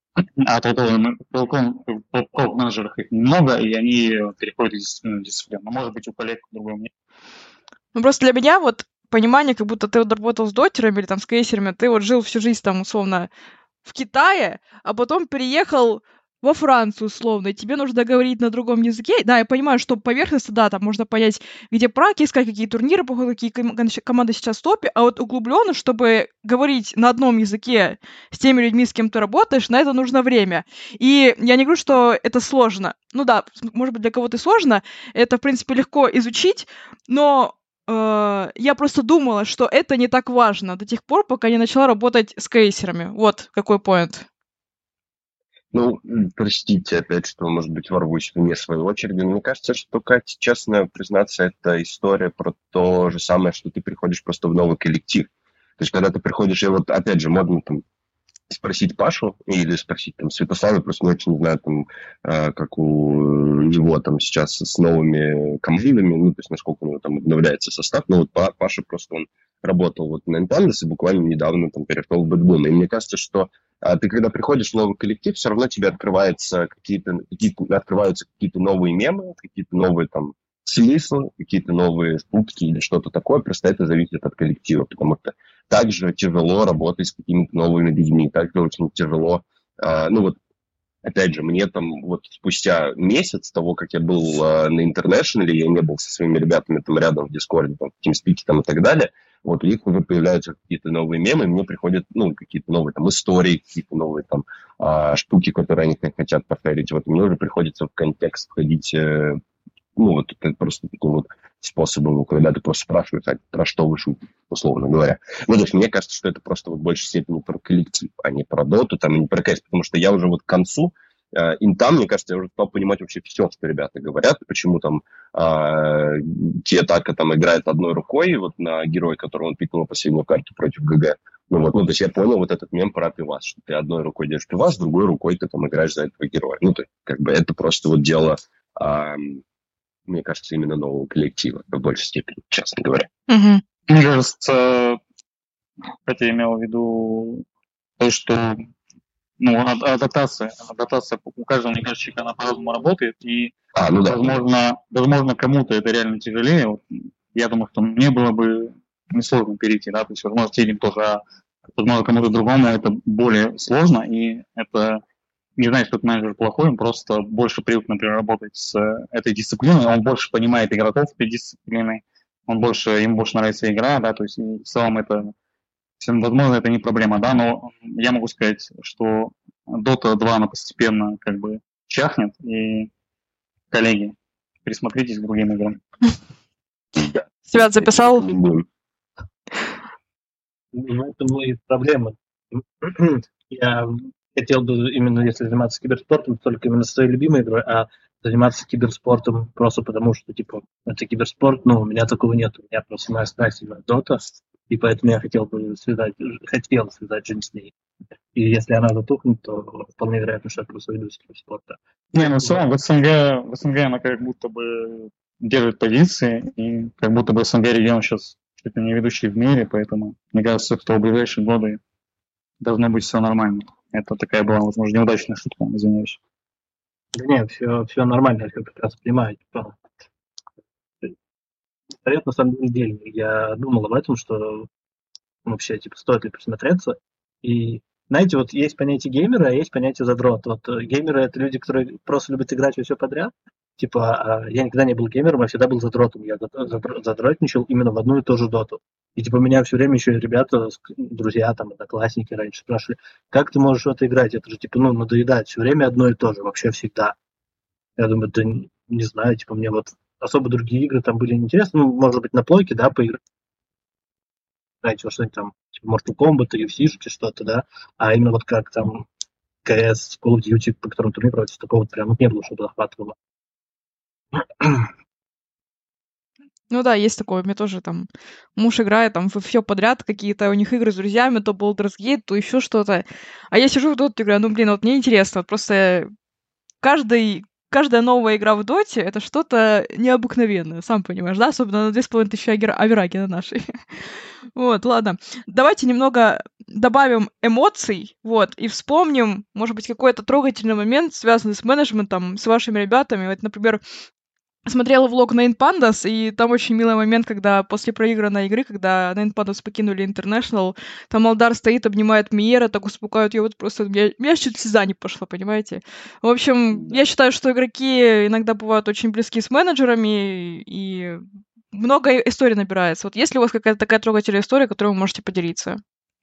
менеджеров их немного, и они переходят из дисциплины в дисциплину. Но, может быть, у коллег другое мнение. Ну, просто для меня вот понимание, как будто ты вот работал с дотерами или там с кейсерами, ты вот жил всю жизнь там условно в Китае, а потом переехал во Францию условно, и тебе нужно говорить на другом языке. Да, я понимаю, что поверхностно, да, там можно понять, где праки искать, какие турниры, какие команды сейчас в топе, а вот углубленно, чтобы говорить на одном языке с теми людьми, с кем ты работаешь, на это нужно время. И я не говорю, что это сложно. Ну да, может быть, для кого-то сложно, это, в принципе, легко изучить, но я просто думала, что это не так важно до тех пор, пока не начала работать с кейсерами. Вот какой поинт. Ну, простите опять, что, может быть, ворвусь вне своей очереди, но мне кажется, что, Катя, честно признаться, это история про то же самое, что ты приходишь просто в новый коллектив. То есть, когда ты приходишь, и вот, опять же, модно там спросить Пашу или спросить там Святослава, просто не очень знаю, там, как у него там сейчас с новыми командами, ну, то есть, насколько у него там обновляется состав. Ну, вот Паша просто, он работал вот на Nintendo и буквально недавно там перешел в Bad Boom. И мне кажется, что ты, когда приходишь в новый коллектив, все равно тебе открываются какие-то новые мемы, какие-то новые там смыслы, какие-то новые шутки или что-то такое. Просто это зависит от коллектива, потому что также тяжело работать с какими-то новыми людьми, также очень тяжело, ну вот, опять же, мне там вот спустя месяц того, как я был на Интернешнале, я не был со своими ребятами там рядом в Дискорде, там, в TeamSpeak там и так далее, вот у них уже появляются какие-то новые мемы, мне приходят, ну, какие-то новые там истории, какие-то новые там штуки, которые они хотят повторить, вот мне уже приходится в контекст входить, ну, вот это просто такой вот способом, когда ты просто спрашиваешь, про что вы шутите, условно говоря. Ну, то есть мне кажется, что это просто в большей степени про коллектив, а не про доту, там, и не про кейс, потому что я уже вот к концу интам, мне кажется, я уже стал понимать вообще все, что ребята говорят, почему там Тиатака там играет одной рукой, вот на герой, которого он пикнул последнюю карту против ГГ. Ну, вот, ну, то есть я понял вот этот мем про пивас, что ты одной рукой держишь пивас, другой рукой ты там играешь за этого героя. Ну, то есть, как бы это просто вот дело... мне кажется, именно нового коллектива в большей степени, честно говоря. Угу. Мне кажется, хотя я имел в виду то, что ну, адаптация у каждого, мне кажется, человека, она по-разному работает, и Ну да. возможно, кому-то это реально тяжелее. Вот, я думаю, что мне было бы несложно перейти, да, то есть, возможно, Тедим тоже, возможно, кому-то другому это более сложно, и это не знаю, что этот менеджер плохой, он просто больше привык, например, работать с этой дисциплиной, он больше понимает игроков этой дисциплины, ему больше нравится игра, да, то есть в целом это, возможно, это не проблема, да, но я могу сказать, что Dota 2, она постепенно как бы чахнет, и, коллеги, присмотритесь к другим играм. Свят записал? Ну, это мои проблемы. Я хотел бы именно, если заниматься киберспортом, только именно своей любимой игрой, а заниматься киберспортом просто потому, что, типа, это киберспорт, но у меня такого нет. У меня просто моя страсть именно Дота, и поэтому я хотел связать жизнь с ней. И если она затухнет, то вполне вероятно, что я просто уйду из киберспорта. Не, ну в целом в СНГ она как будто бы держит позиции, и как будто бы СНГ регион сейчас чуть ли не ведущий в мире, поэтому мне кажется, что в ближайшие годы должно быть все нормально. Это такая была, возможно, неудачная шутка, извиняюсь. Да нет, все нормально, я прекрасно понимаю. Типа, совет на самом деле, я думал об этом, что вообще, типа, стоит ли присмотреться. И, знаете, вот есть понятие геймера, а есть понятие задрот. Вот геймеры — это люди, которые просто любят играть во все подряд. Типа, я никогда не был геймером, я всегда был задротом. Я задротничал именно в одну и ту же доту. И типа меня все время еще ребята, друзья, там, одноклассники раньше спрашивали, как ты можешь в это играть? Это же, типа, надоедает все время одно и то же, вообще всегда. Я думаю, да не знаю, типа, мне вот особо другие игры там были неинтересны. Ну, может быть, на плойке, да, поиграть. Знаете, во что-нибудь там типа Mortal Kombat, UFC-шки, что-то, да, а именно вот как там CS, Call of Duty, по которому турнир проводится, такого вот прям не было, что захватывало. Ну да, есть такое. У меня тоже там муж играет там все подряд, какие-то у них игры с друзьями, то Baldur's Gate, то еще что-то. А я сижу в Dota играю, ну блин, вот мне интересно, вот просто каждая новая игра в Доте — это что-то необыкновенное, сам понимаешь, да? Особенно на 2500 авeraги на нашей. Вот, ладно. Давайте немного добавим эмоций, вот, и вспомним, может быть, какой-то трогательный момент, связанный с менеджментом, с вашими ребятами. Вот, например, смотрела влог Nine Pandas, и там очень милый момент, когда после проигранной игры, когда Nine Pandas покинули International, там Алдар стоит, обнимает Миера, так успокаивает ее, вот просто у меня чуть слеза не пошла, понимаете? В общем, я считаю, что игроки иногда бывают очень близки с менеджерами, и много историй набирается. Вот есть ли у вас какая-то такая трогательная история, которой вы можете поделиться?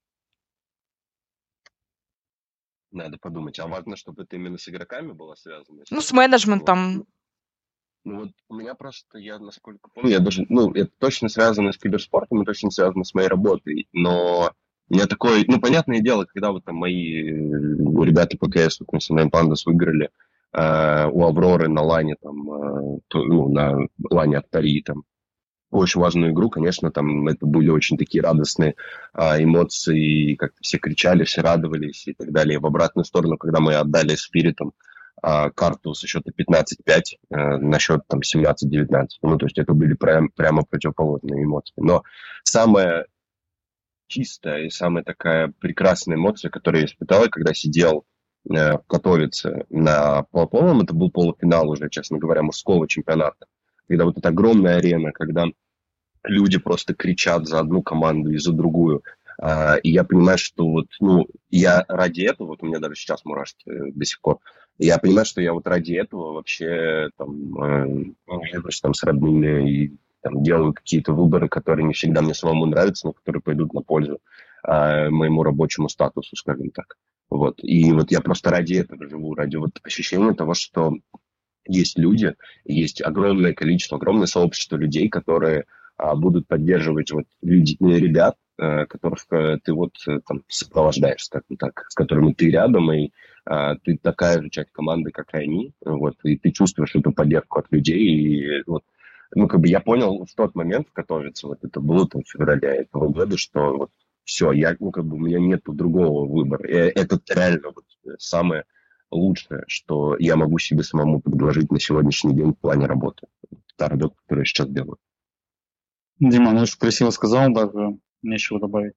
Надо подумать. А важно, чтобы это именно с игроками было связано? Ну, с Вот. менеджментом. Ну вот у меня просто, я насколько помню, я даже, ну, это точно связано с киберспортом и точно связано с моей работой, но у меня такое, ну, понятное дело, когда вот там мои ребята по КС, вот, Nine Pandas выиграли у Авроры на лане, там, на лане от Тари, там, очень важную игру, конечно, там это были очень такие радостные эмоции, как-то все кричали, все радовались и так далее. В обратную сторону, когда мы отдали Спиритам карту со счета 15-5 на счет там 17-19. Ну, то есть это были прямо противоположные эмоции. Но самая чистая и самая такая прекрасная эмоция, которую я испытал, когда сидел в Катовице на полуполом, это был полуфинал уже, честно говоря, мужского чемпионата. Когда вот эта огромная арена, когда люди просто кричат за одну команду и за другую. И я понимаю, что вот, ну, я ради этого, вот у меня даже сейчас мурашки до сих пор, я понимаю, что я вот ради этого вообще там езжу там с родными и там делаю какие-то выборы, которые не всегда мне самому нравятся, но которые пойдут на пользу моему рабочему статусу, скажем так. Вот. И вот я просто ради этого живу, ради вот ощущения того, что есть люди, есть огромное количество, огромное сообщество людей, которые будут поддерживать вот ребят, которых ты вот там сопровождаешь, скажем так, с которыми ты рядом, и ты такая же часть команды, как и они, вот, и ты чувствуешь эту поддержку от людей, и вот, ну, как бы я понял в тот момент, в Катовице, вот это было там в феврале этого года, что вот все, я, ну, как бы у меня нету другого выбора. И это реально вот самое лучшее, что я могу себе самому предложить на сегодняшний день в плане работы. Та работа, которую я сейчас делаю. Дима, ну очень красиво сказал, даже нечего добавить.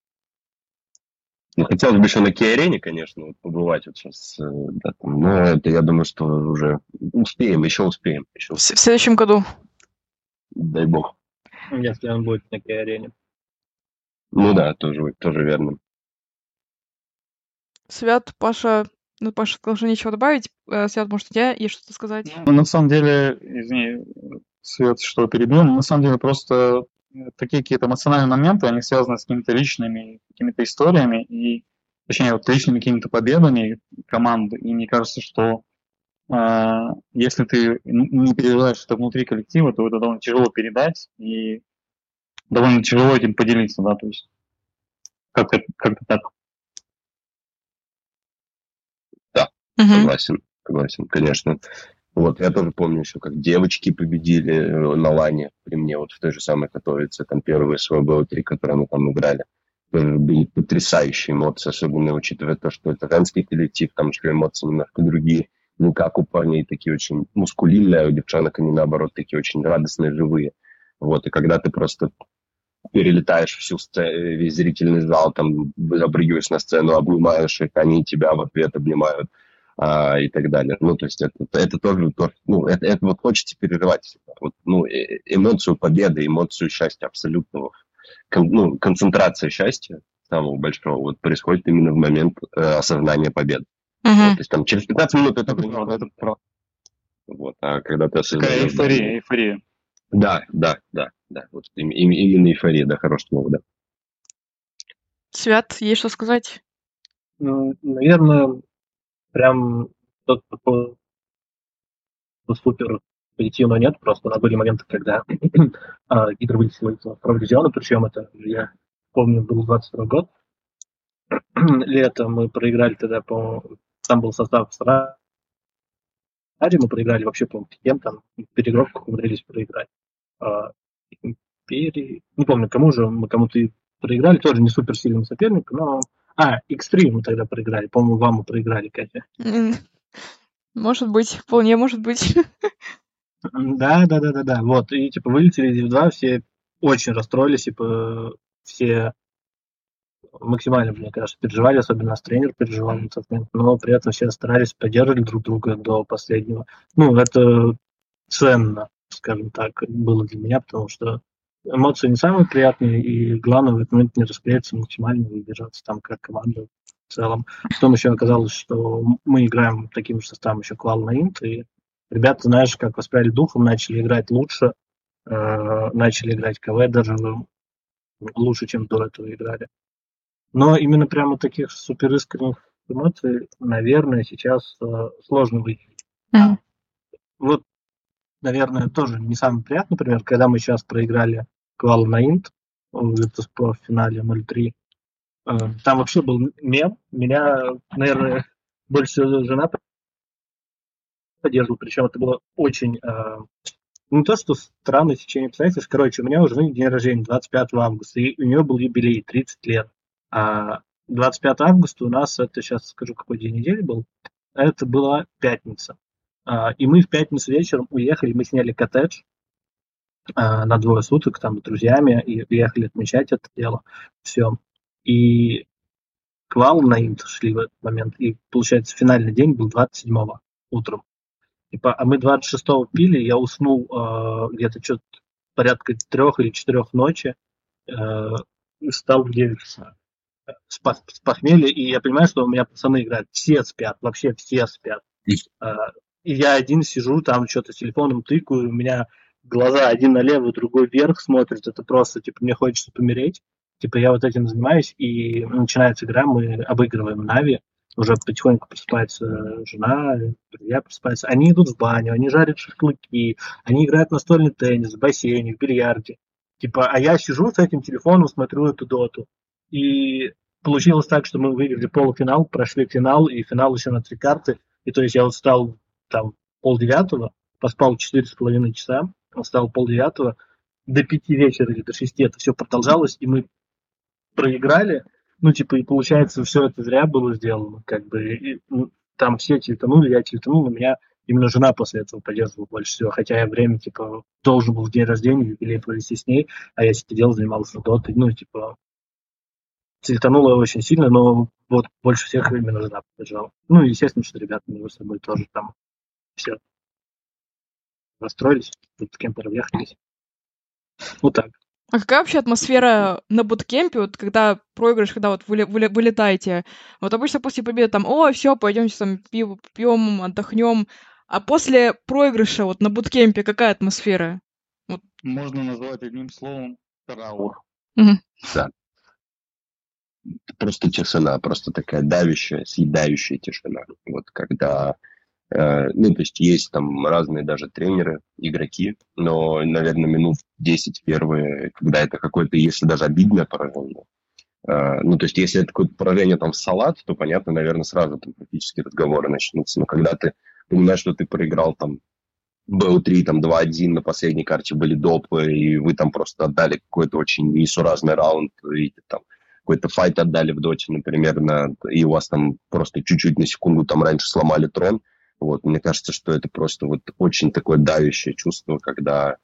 Ну, хотелось бы еще на Ки-арене, конечно, вот побывать вот сейчас, да, там, но это, я думаю, что уже успеем, еще успеем. В следующем году. Дай бог. Если он будет на Ки-арене. Ну да, тоже верно. Свят, Паша, ну, Паша сказал, что нечего добавить. Свят, может, у тебя есть что-то сказать? Ну, на самом деле, извини, Свет, что перебил, но на самом деле просто такие какие-то эмоциональные моменты, они связаны с какими-то личными какими-то историями, и, точнее, вот личными какими-то победами команды. И мне кажется, что если ты не переживаешь это внутри коллектива, то это довольно тяжело передать, и довольно тяжело этим поделиться, да, то есть как-то так. Согласен, конечно. Вот, я тоже помню еще, как девочки победили на лане при мне, вот в той же самой Катовице, там первые СВБ-3, которые мы там играли. Тоже были потрясающие эмоции, особенно учитывая то, что это женский коллектив, там еще эмоции немножко другие. Не как у парней, такие очень мускулинные, а у девчонок они, наоборот, такие очень радостные, живые. Вот, и когда ты просто перелетаешь весь зрительный зал, там, запрыгиваешь на сцену, обнимаешь их, они тебя в ответ обнимают, и так далее. Ну, то есть это тоже, ну, это вот хочется переживать. Вот, ну, эмоцию победы, эмоцию счастья абсолютного, концентрация счастья самого большого вот происходит именно в момент осознания победы. Вот, то есть там через 15 минут это правда. Вот, а когда ты осознаешь... Такая эйфория. Да. Вот именно эйфория, да, хорошее слово, да. Свят, есть что сказать? Ну, наверное, прям тот такой супер позитивного нет, просто у нас были моменты, когда игры были проведены, причем это я помню, был 22 год, лето мы проиграли тогда, по-моему, там был состав Саради, мы проиграли вообще, по-моему, кем там, в переигровках умудрились проиграть. Не помню, кому же, мы кому-то и проиграли, тоже не суперсильным соперником, но... X3 мы тогда проиграли, по-моему, вам мы проиграли, Катя. Может быть, вполне может быть. Да, вот, и типа вылетели из Div 2, все очень расстроились, типа все максимально, мне кажется, переживали, особенно наш тренер переживал на тот момент, но при этом все старались, поддерживали друг друга до последнего. Ну, это ценно, скажем так, было для меня, потому что эмоции не самые приятные, и главное в этот момент не расклеиться максимально и держаться там как команда в целом. Потом еще оказалось, что мы играем таким же составом еще Квал на Инт, и ребята, знаешь, как воспряли духом, начали играть лучше, начали играть КВ даже лучше, чем до этого играли. Но именно прямо таких суперискренних эмоций, наверное, сейчас сложно выделить. Вот, наверное, тоже не самый приятный пример, когда мы сейчас проиграли Квалу на Инт в Virtus.pro в финале 0-3. Там вообще был мем. Меня, наверное, больше всего жена поддерживала, причем это было очень... не то, что странное течение обстоятельств. Короче, у меня у жены день рождения 25 августа, и у нее был юбилей 30 лет. 25 августа у нас, это сейчас скажу, какой день недели был, это была пятница. И мы в пятницу вечером уехали, мы сняли коттедж на 2 суток там с друзьями и уехали отмечать это дело. Все. И Квал на Инт шли в этот момент. И, получается, финальный день был 27-го утром. А мы 26-го пили, я уснул где-то что-то порядка 3 или 4 ночи и встал в 9 часов. С похмелья, и я понимаю, что у меня пацаны играют, все спят, вообще все спят. И я один сижу, там что-то с телефоном тыкаю, у меня глаза один налево, другой вверх смотрят, это просто, типа, мне хочется помереть. Типа, я вот этим занимаюсь, и начинается игра, мы обыгрываем Нави, уже потихоньку просыпается жена, друзья просыпаются, они идут в баню, они жарят шашлыки, они играют в настольный теннис, в бассейне, в бильярде. Типа, а я сижу с этим телефоном, смотрю эту доту. И получилось так, что мы выиграли полуфинал, прошли финал, и финал еще на 3 карты. И то есть я вот встал там 8:30, поспал 4,5 часа, встал 8:30, до 5 вечера или до 6 это все продолжалось, и мы проиграли. Ну, типа, и получается, все это зря было сделано. Как бы, и, там все тильтанули, я тильтанул, но меня именно жена после этого поддерживала больше всего. Хотя я время, типа, должен был в день рождения, юбилей провести с ней, а я сидел, занимался дотой. Ну, типа, тильтануло очень сильно, но вот больше всех именно жена поддержала. Ну, и, естественно, что ребята между собой тоже там все расстроились, с кем-то разъехались. Вот так. А какая вообще атмосфера на буткемпе, вот когда проигрыш, когда вот вылетаете? Вот обычно после победы там, все, пойдемте там пиво пьем, отдохнем. А после проигрыша вот на буткемпе какая атмосфера? Вот. Можно назвать одним словом траур. Да. Просто тишина, просто такая давящая, съедающая тишина. Вот когда, то есть там разные даже тренеры, игроки, но, наверное, минут 10 первые, когда это какое-то, если даже обидное поражение, то есть если это какое-то поражение там в салат, то, понятно, наверное, сразу там практически разговоры начнутся. Но когда ты понимаешь, что ты проиграл там БО3, там 2-1, на последней карте были допы, и вы там просто отдали какой-то очень несуразный раунд, и там какой-то файт отдали в доте, например, и у вас там просто чуть-чуть на секунду там раньше сломали трон. Вот, мне кажется, что это просто вот очень такое давящее чувство, когда,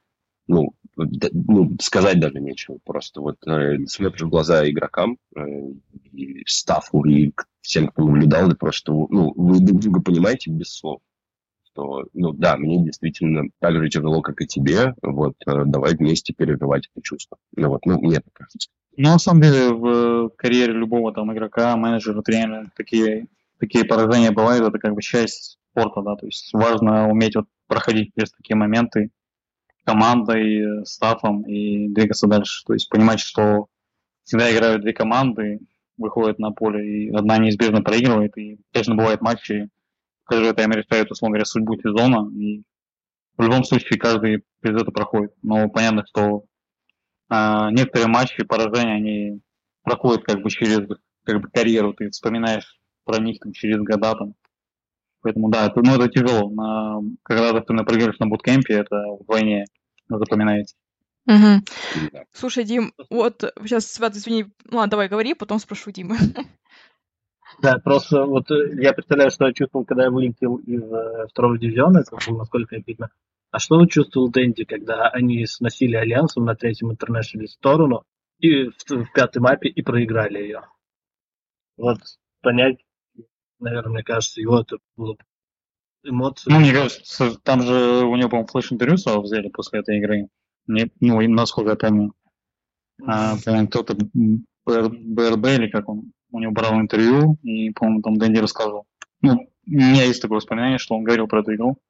сказать даже нечего. Просто вот смотришь в глаза игрокам, и стафу, и всем, кто наблюдал, и просто, вы друг друга понимаете без слов. Что, да, мне действительно так же тяжело, как и тебе, вот, давай вместе переживать это чувство. Мне так кажется. На самом деле, в карьере любого там игрока, менеджера, тренера такие поражения бывают, это как бы часть спорта, да, то есть важно уметь вот проходить через такие моменты командой, стафом и двигаться дальше, то есть понимать, что всегда играют 2 команды, выходят на поле, и одна неизбежно проигрывает, и, конечно, бывают матчи, которые там решают, условно говоря, судьбу сезона, и в любом случае каждый через это проходит, но понятно, что некоторые матчи, поражения, они проходит как бы через как бы карьеру, ты вспоминаешь про них там через года там. Поэтому да, это, ну, это тяжело. Когда ты напрягаешь на буткемпе, это вдвойне запоминается. Мгм. Да. Слушай, Дим, вот сейчас, Свят, извини, ну ладно, давай говори, потом спрошу Димы. Да, просто вот я представляю, что я чувствовал, когда я вылетел из второго дивизиона, это было насколько обидно. А что чувствовал Дэнди, когда они сносили Альянсом на третьем интернешнале в сторону и в пятой мапе и проиграли ее? Вот понять, наверное, мне кажется, его это было эмоции. Ну, мне кажется, там же у него, по-моему, флеш-интервью сразу взяли после этой игры. Ну, и насколько я помню. По-моему, кто-то, БРБ или как он, у него брал интервью, и, по-моему, там Дэнди рассказывал. Ну, у меня есть такое воспоминание, что он говорил про эту игру.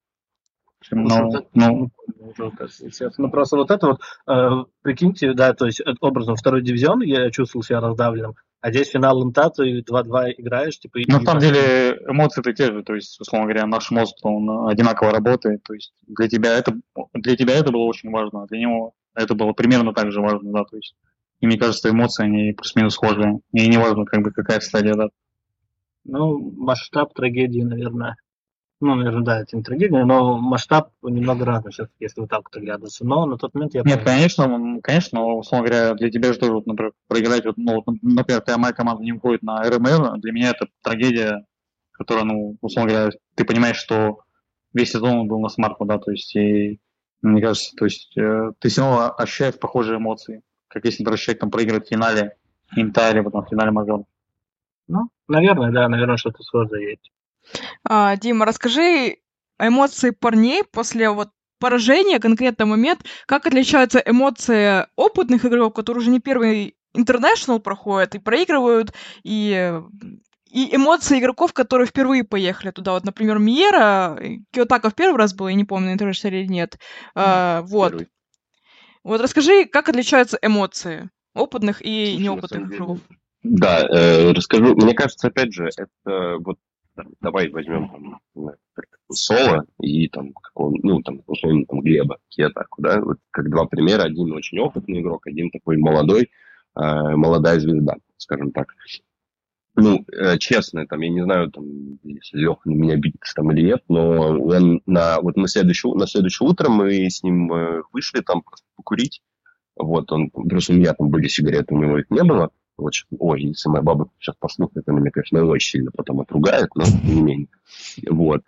Ну, просто вот это вот, прикиньте, да, то есть образом второй дивизион, я чувствовал себя раздавленным, а здесь финал ЛНТА, ты 2-2 играешь, типа... На самом деле эмоции-то те же, то есть, условно говоря, наш мозг, он одинаково работает, то есть для тебя это было очень важно, а для него это было примерно так же важно, да, то есть, и мне кажется, эмоции, они плюс-минус схожие, и не важно, как бы, какая стадия, да. Ну, масштаб трагедии, наверное, да, это не трагедия, но масштаб немного разный сейчас, если вот так вот оглядываться. Но на тот момент я Нет, понял. конечно, условно говоря, для тебя же тоже, вот, например, проиграть, вот, ну, вот, например, моя команда не уходит на РМР, для меня это трагедия, которая, ну, условно говоря, ты понимаешь, что весь сезон он был на смарку, да, то есть, и мне кажется, то есть, ты все равно ощущаешь похожие эмоции, как если, например, человек там проигрывает в финале Инта или потом в финале мажор. Ну, наверное, да, наверное, что-то схожее есть. Дима, расскажи эмоции парней после вот поражения, конкретно момент, как отличаются эмоции опытных игроков, которые уже не первый интернешнл проходят и проигрывают, и эмоции игроков, которые впервые поехали туда. Вот, например, Миера, Киотака в первый раз был, я не помню, на интернешнл или нет. Вот. Первый. Вот расскажи, как отличаются эмоции опытных и Слушай, на неопытных самом деле, игроков. Да, расскажу. Мне кажется, опять же, это вот давай возьмем там Соло и там ну там условно там Глеба Киотаку, да, вот как два примера. Один очень опытный игрок, один такой молодой, молодая звезда, скажем так. Ну, честно, там, я не знаю, там, если Леха на меня обидится там или нет, но он на следующее утро мы с ним вышли там просто покурить. Вот, просто у меня там были сигареты, у него их не было. Вот, ой, если моя баба сейчас послушает, она меня, конечно, очень сильно потом отругает, но тем не менее. Вот.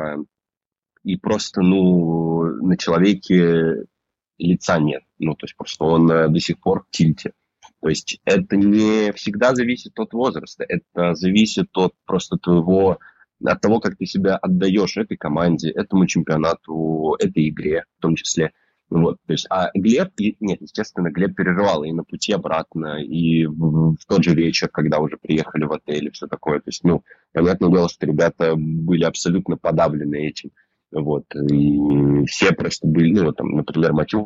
И просто, ну, на человеке лица нет. Ну, то есть просто он до сих пор в тильте. То есть это не всегда зависит от возраста, это зависит от просто от того, как ты себя отдаешь этой команде, этому чемпионату, этой игре в том числе. Вот, то есть, естественно, Глеб переживал и на пути обратно, и в тот же вечер, когда уже приехали в отель, и все такое. То есть, ну, понятное дело, что ребята были абсолютно подавлены этим. Вот, и все просто были, ну, вот там, например, Матю,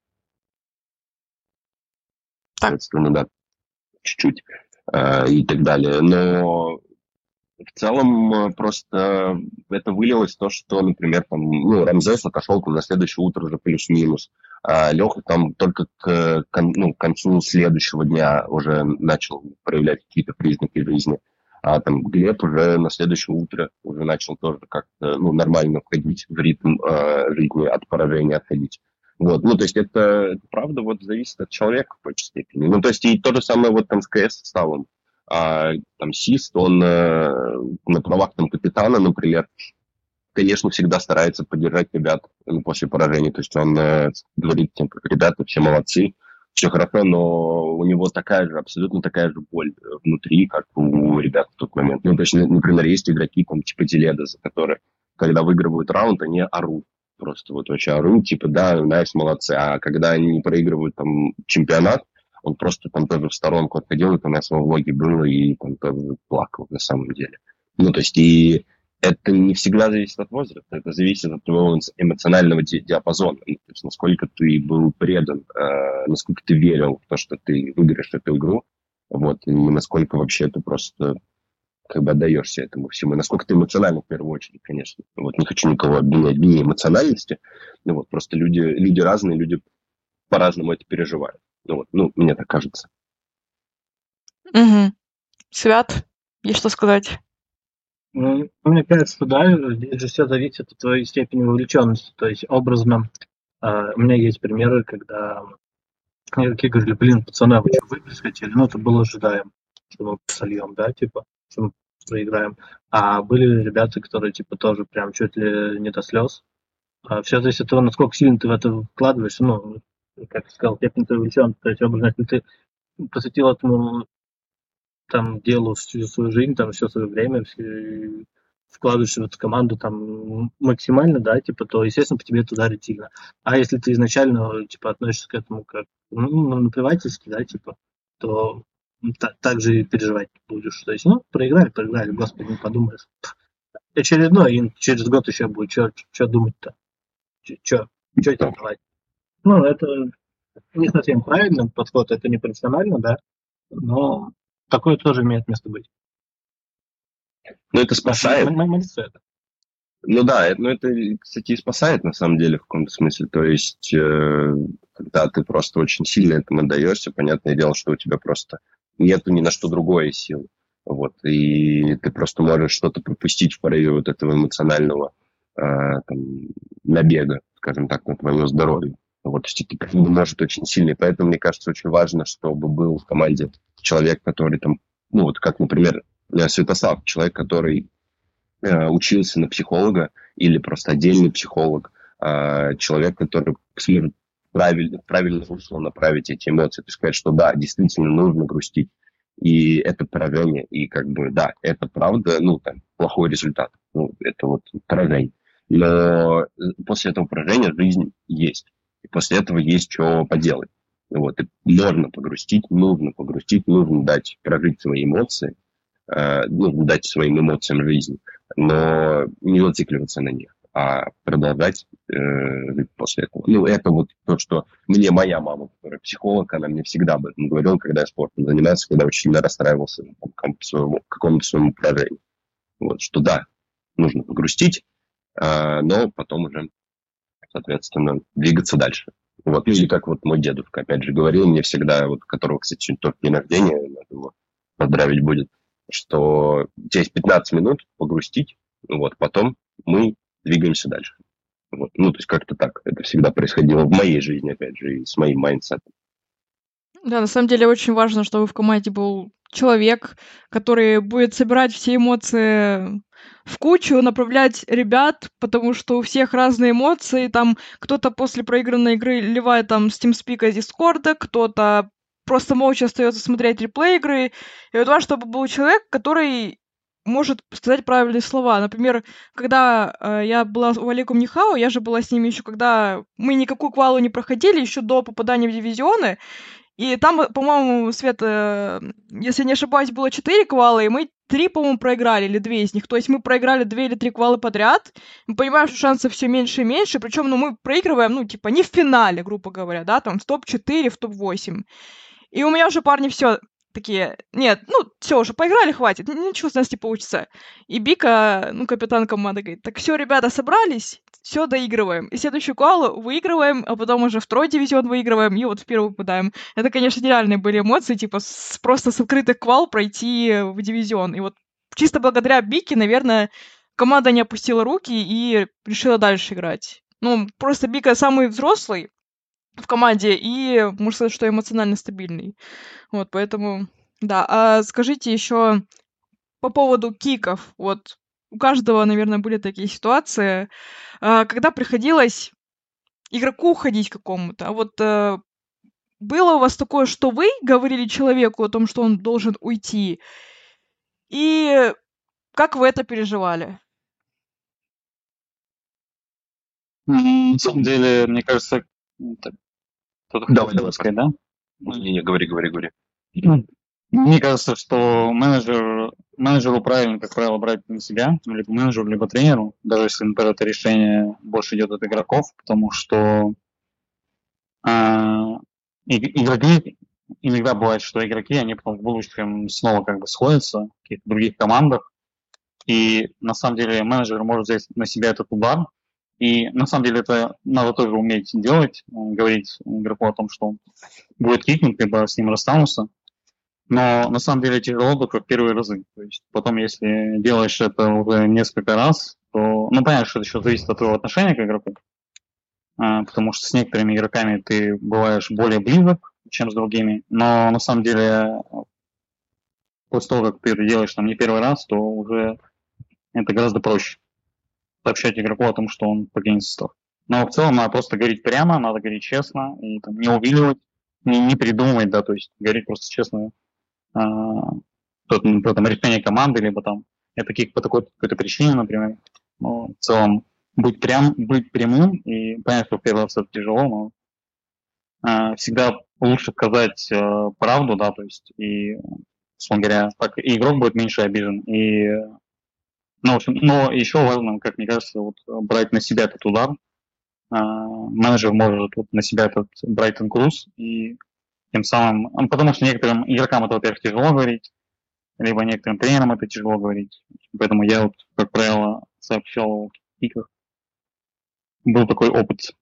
соответственно, да, чуть-чуть и так далее. Но в целом просто это вылилось в то, что, например, там, ну, Рамзес отошел на следующее утро уже плюс-минус. Леха там только к концу следующего дня уже начал проявлять какие-то признаки жизни. А там Глеб уже на следующее утро уже начал тоже как-то нормально входить в ритм жизни, от поражения отходить. Вот, ну, то есть это правда вот зависит от человека в какой-то степени. Ну, то есть и то же самое вот там с КС составом. Там Сист, он на правах там капитана, например, конечно, всегда старается поддержать ребят после поражения. То есть он говорит тем, как ребята, все молодцы, все хорошо, но у него абсолютно такая же боль внутри, как у ребят в тот момент. Ну, то есть, например, есть игроки, там, типа Деледа, за которые, когда выигрывают раунд, они орут. Просто вот вообще орут, типа, да, найс, молодцы. А когда они проигрывают там чемпионат, он просто там тоже в сторонку отходил, это на своем влоге было, и там тоже плакал на самом деле. Ну, то есть, и это не всегда зависит от возраста, это зависит от твоего эмоционального диапазона. Ну, то есть, насколько ты был предан, насколько ты верил в то, что ты выиграешь эту игру, вот, и насколько вообще ты просто как бы отдаешься этому всему, и насколько ты эмоционально в первую очередь, конечно. Вот, не хочу никого обвинять в эмоциональности, ну, вот, просто люди разные, люди по-разному это переживают. Ну, вот, мне так кажется. Угу. Свят, есть что сказать? Ну, мне кажется, что да, здесь же все зависит от твоей степени вовлеченности. То есть, образно, у меня есть примеры, когда игроки говорили, блин, пацаны, а вы что, выиграть хотели? Ну, это было ожидаемо, что мы сольем, да, типа, что мы проиграем. А были ребята, которые, типа, тоже прям чуть ли не до слез. Все зависит от того, насколько сильно ты в это вкладываешься, ну, как я сказал, степень твоей вовлеченности. То есть, образно, если ты посвятил этому там делу всю свою жизнь, там все свое время, вкладываешься в эту команду там максимально, да, типа, то, естественно, по тебе это ударит сильно. А если ты изначально, типа, относишься к этому как, ну, наплевательски, да, типа, то так же и переживать будешь. То есть, ну, проиграли, господи, не подумаешь. Очередной, и через год еще будет, что думать-то? Что тебе давать? Ну, это не совсем правильный подход, это не профессионально, да, но такое тоже имеет место быть. Но это спасает. Молодцы это. Ну да, но это, кстати, и спасает на самом деле в каком-то смысле. То есть, когда ты просто очень сильно этому отдаешься, понятное дело, что у тебя просто нету ни на что другое сил. Вот, и ты просто можешь что-то пропустить в порыве вот этого эмоционального там, набега, скажем так, на твое здоровье. Вот, то есть это может очень сильно. И поэтому, мне кажется, очень важно, чтобы был в команде человек, который там, ну вот как, например, Святослав, человек, который учился на психолога или просто отдельный психолог, человек, который сможет правильно русло направить эти эмоции. То есть сказать, что да, действительно нужно грустить. И это поражение, и как бы, да, это правда, ну, там, плохой результат. Ну, это вот поражение. Но после этого поражения жизнь есть. И после этого есть что поделать. Вот. И можно погрустить, нужно дать прожить свои эмоции, ну, дать своим эмоциям жизнь, но не зацикливаться на них, а продолжать жить после этого. Ну, это вот то, что мне моя мама, которая психолог, она мне всегда об этом говорила, когда я спортом занимался, когда очень сильно расстраивался по какому-то своему поражению. Вот, что да, нужно погрустить, но потом уже, соответственно, двигаться дальше. Вот, или как вот мой дедушка, опять же, говорил мне всегда, вот, которого, кстати, сегодня только день рождения, надо его поздравить будет, что у тебя есть 15 минут погрустить, вот, потом мы двигаемся дальше. Вот. Ну, то есть как-то так. Это всегда происходило в моей жизни, опять же, и с моим майндсетом. Да, на самом деле очень важно, чтобы в команде был человек, который будет собирать все эмоции в кучу, направлять ребят, потому что у всех разные эмоции. Там кто-то после проигранной игры ливает там с TeamSpeak из Дискорда, кто-то просто молча остается смотреть реплей игры. И вот важно, чтобы был человек, который может сказать правильные слова. Например, когда я была у Олега Нихау, я же была с ними еще, когда мы никакую квалу не проходили, еще до попадания в дивизионы. И там, по-моему, Свет, если не ошибаюсь, было 4 квала, и мы 3, по-моему, проиграли, или 2 из них. То есть мы проиграли 2 или 3 квалы подряд. Мы понимаем, что шансов все меньше и меньше. Причем, ну, мы проигрываем, ну, типа, не в финале, грубо говоря, да, там, в топ-4, в топ-8. И у меня уже парни все такие, нет, ну, все уже, поиграли, хватит, ничего с нас не получится. И Бика, ну, капитан команды, говорит, так все, ребята, собрались, все доигрываем. И следующую квалу выигрываем, а потом уже второй дивизион выигрываем, и вот в первый попадаем. Это, конечно, нереальные были эмоции, типа, просто с открытых квал пройти в дивизион. И вот чисто благодаря Бике, наверное, команда не опустила руки и решила дальше играть. Ну, просто Бика самый взрослый в команде и, можно сказать, что эмоционально стабильный. Вот, поэтому, да. А скажите еще по поводу киков. Вот у каждого, наверное, были такие ситуации, когда приходилось игроку уходить какому-то. А вот было у вас такое, что вы говорили человеку о том, что он должен уйти? И как вы это переживали? На самом деле, мне кажется, кто-то Давай, хотел сказать, да? Не, говори. Мне кажется, что менеджеру правильно, как правило, брать на себя, ну, либо менеджеру, либо тренеру, даже если, например, это решение больше идет от игроков, потому что игроки, иногда бывает, что игроки, они потом в будущем снова как бы сходятся в каких-то других командах, и на самом деле менеджер может взять на себя этот удар, и на самом деле это надо тоже уметь делать, говорить игроку о том, что он будет кикнут, либо с ним расстанутся. Но на самом деле тяжело только в первые разы. То есть потом, если делаешь это уже несколько раз, то, ну, понятно, что это еще зависит от твоего отношения к игроку, потому что с некоторыми игроками ты бываешь более близок, чем с другими, но на самом деле после того, как ты это делаешь там не первый раз, то уже это гораздо проще сообщать игроку о том, что он покинет состав. Но в целом надо просто говорить прямо, надо говорить честно, и там, не увиливать, не придумывать, да, то есть говорить просто честно про там, решение команды, либо там это по какой-то причине, например. Но в целом быть прямым, и понятно, что в первый раз это тяжело, но всегда лучше сказать правду, да, то есть, и, условно говоря, так и игрок будет меньше обижен, и, ну, в общем, но еще важно, как мне кажется, вот, брать на себя этот удар. Менеджер может вот на себя этот брать этот груз, и тем самым, потому что некоторым игрокам это, во-первых, тяжело говорить, либо некоторым тренерам это тяжело говорить. Поэтому я вот, как правило, сообщал в киках. Был такой опыт.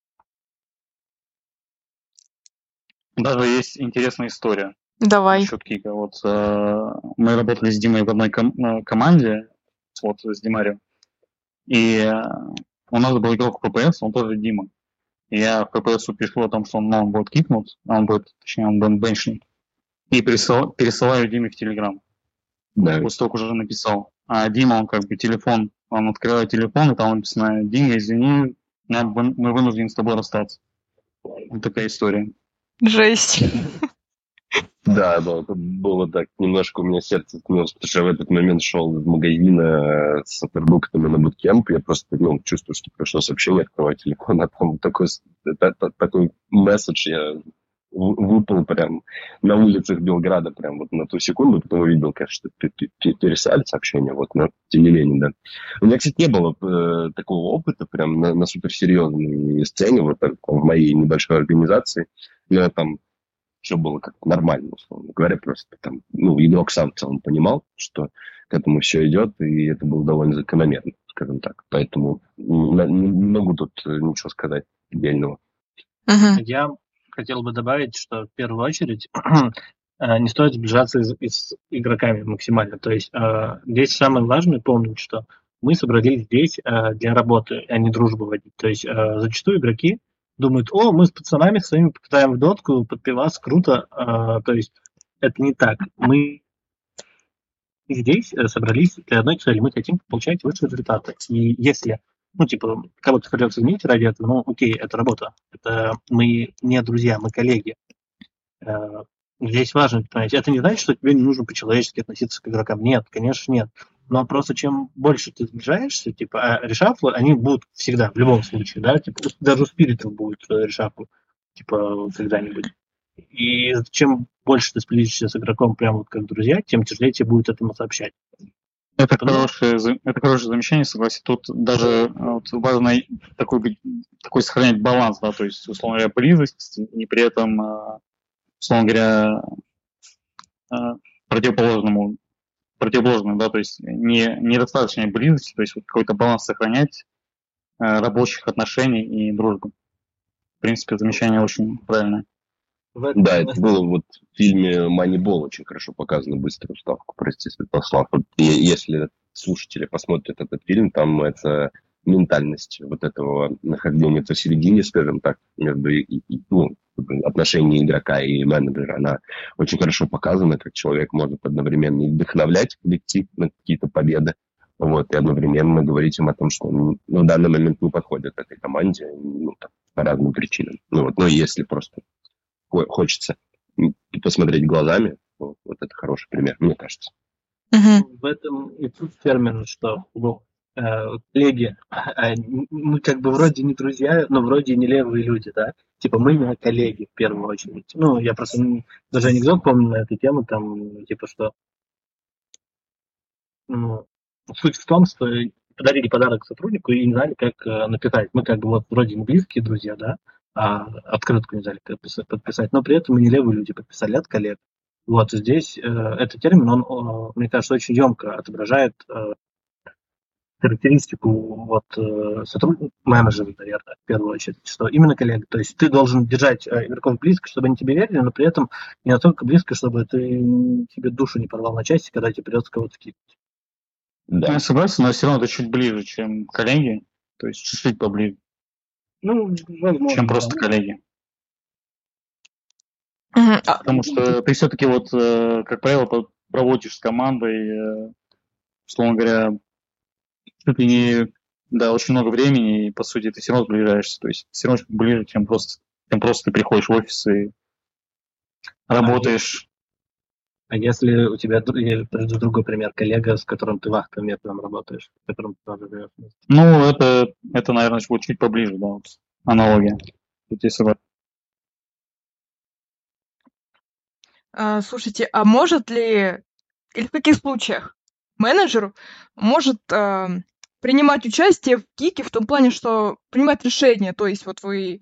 Даже есть интересная история Давай. насчет кика. Вот мы работали с Димой в одной команде, вот с Димарио, и у нас был игрок ППС, он тоже Дима. И я в ППСу пишу о том, что он будет кикнут, он будет бенчнут, и пересылаю Диме в Телеграм. Да. После того, как уже написал. А Дима, он как бы телефон, он открывает телефон, и там написано: Дима, извини, мы вынуждены с тобой расстаться. Вот такая история. Жесть. Да, это было так, немножко у меня сердце становилось, потому что я в этот момент шел из магазина с продуктами на буткемп, я просто чувствую, что пришло сообщение, открываю телефон, а там такой месседж я выпал прям на улицах Белграда прям вот на ту секунду, потом увидел, конечно, что переслали сообщение, вот, но тем не менее, да. У меня, кстати, не было такого опыта прям на суперсерьезной сцене, вот так, в моей небольшой организации, но там все было как нормально, условно говоря, просто там, игрок сам в целом понимал, что к этому все идет, и это было довольно закономерно, скажем так. Поэтому не могу тут ничего сказать отдельного. Я хотел бы добавить, что в первую очередь не стоит сближаться с игроками максимально. То есть здесь самое важное помнить, что мы собрались здесь для работы, а не дружбы водить. То есть зачастую игроки думают: о, мы с пацанами своими попадаем в дотку, под пивас, круто. То есть это не так. Мы здесь собрались для одной цели. Мы хотим получать лучшие результаты. И если кого-то придется изменить ради этого, окей, это работа. Это мы не друзья, мы коллеги. Здесь важно понять, это не значит, что тебе не нужно по-человечески относиться к игрокам. Нет, конечно, нет. Но просто чем больше ты сближаешься, решафлы, они будут всегда, в любом случае, да, даже у спиритов будет решафл, когда-нибудь. И чем больше ты сблизишься с игроком прямо вот как друзья, тем тяжелее тебе будет этому сообщать. Это хорошее замечание, согласен. Тут даже важно такой сохранять баланс, да, то есть, условно говоря, близость, и при этом, условно говоря, противоположную, да, то есть недостаточной близости, то есть вот какой-то баланс сохранять рабочих отношений и дружбы. В принципе, замечание очень правильное. Да, это было вот в фильме «Манибол», очень хорошо показано, быструю вставку, прости, Святослав. Вот если слушатели посмотрят этот фильм, там это ментальность вот этого нахождения посередине, скажем так, между отношения игрока и менеджера, она очень хорошо показана, как человек может одновременно вдохновлять коллектив на какие-то победы, вот, и одновременно говорить им о том, что он в данный момент не подходит этой команде, по разным причинам. Но если просто хочется посмотреть глазами, вот это хороший пример, мне кажется. В этом и тут термин, что коллеги, мы как бы вроде не друзья, но вроде не левые люди, да? Мы не коллеги в первую очередь. Я просто даже анекдот помню на эту тему, там, что суть в том, что подарили подарок сотруднику и не знали, как написать. Мы как бы вот вроде не близкие друзья, да, а открытку не знали, как подписать, но при этом мы не левые люди, подписали от коллег. Вот здесь этот термин, он, мне кажется, очень емко отображает характеристику менеджера, наверное, в первую очередь, что именно коллега. То есть ты должен держать игроков близко, чтобы они тебе верили, но при этом не настолько близко, чтобы тебе душу не порвал на части, когда тебе придется кого-то кикать. Да. Я согласен, но все равно это чуть ближе, чем коллеги. То есть чуть-чуть поближе. Возможно, чем просто коллеги. Потому что ты все-таки как правило, проводишь с командой, условно говоря, чуть ли не очень много времени, и по сути ты все равно сближаешься. То есть все равно ближе, чем просто ты приходишь в офис и работаешь. А если у тебя, я приведу другой пример, коллега, с которым ты вахтовым методом работаешь, с которым ты тоже живешь вместе? Это, наверное, будет чуть поближе, да, аналогия. Тут есть Слушайте, а может ли, или в каких случаях менеджер может принимать участие в кике в том плане, что принимать решения, то есть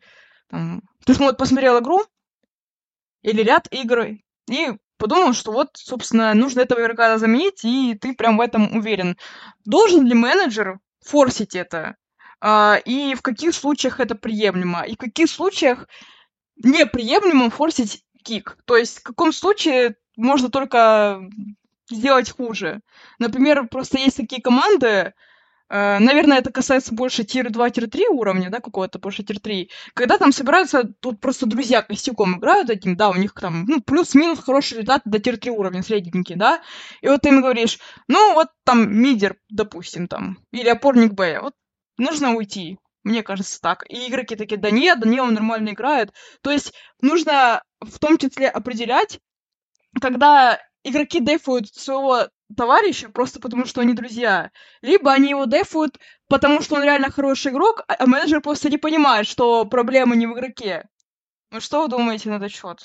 ты посмотрел игру или ряд игр и подумал, что собственно, нужно этого игрока заменить, и ты прям в этом уверен. Должен ли менеджер форсить это? И в каких случаях это приемлемо? И в каких случаях неприемлемо форсить кик? То есть в каком случае можно только сделать хуже? Например, просто есть такие команды, наверное, это касается больше тир-2, тир-3 уровня, да, какого-то больше тир-3, когда там собираются тут просто друзья костяком играют одним, да, у них там, плюс-минус хороший результат до тир-3 уровня, средненький, да, и ты им говоришь, там мидер, допустим, там, или опорник Б, нужно уйти, мне кажется так. И игроки такие, да нет, он нормально играет. То есть нужно в том числе определять, когда игроки дефают своего товарища просто потому, что они друзья, либо они его дефают, потому что он реально хороший игрок, а менеджер просто не понимает, что проблема не в игроке. Что вы думаете на этот счет?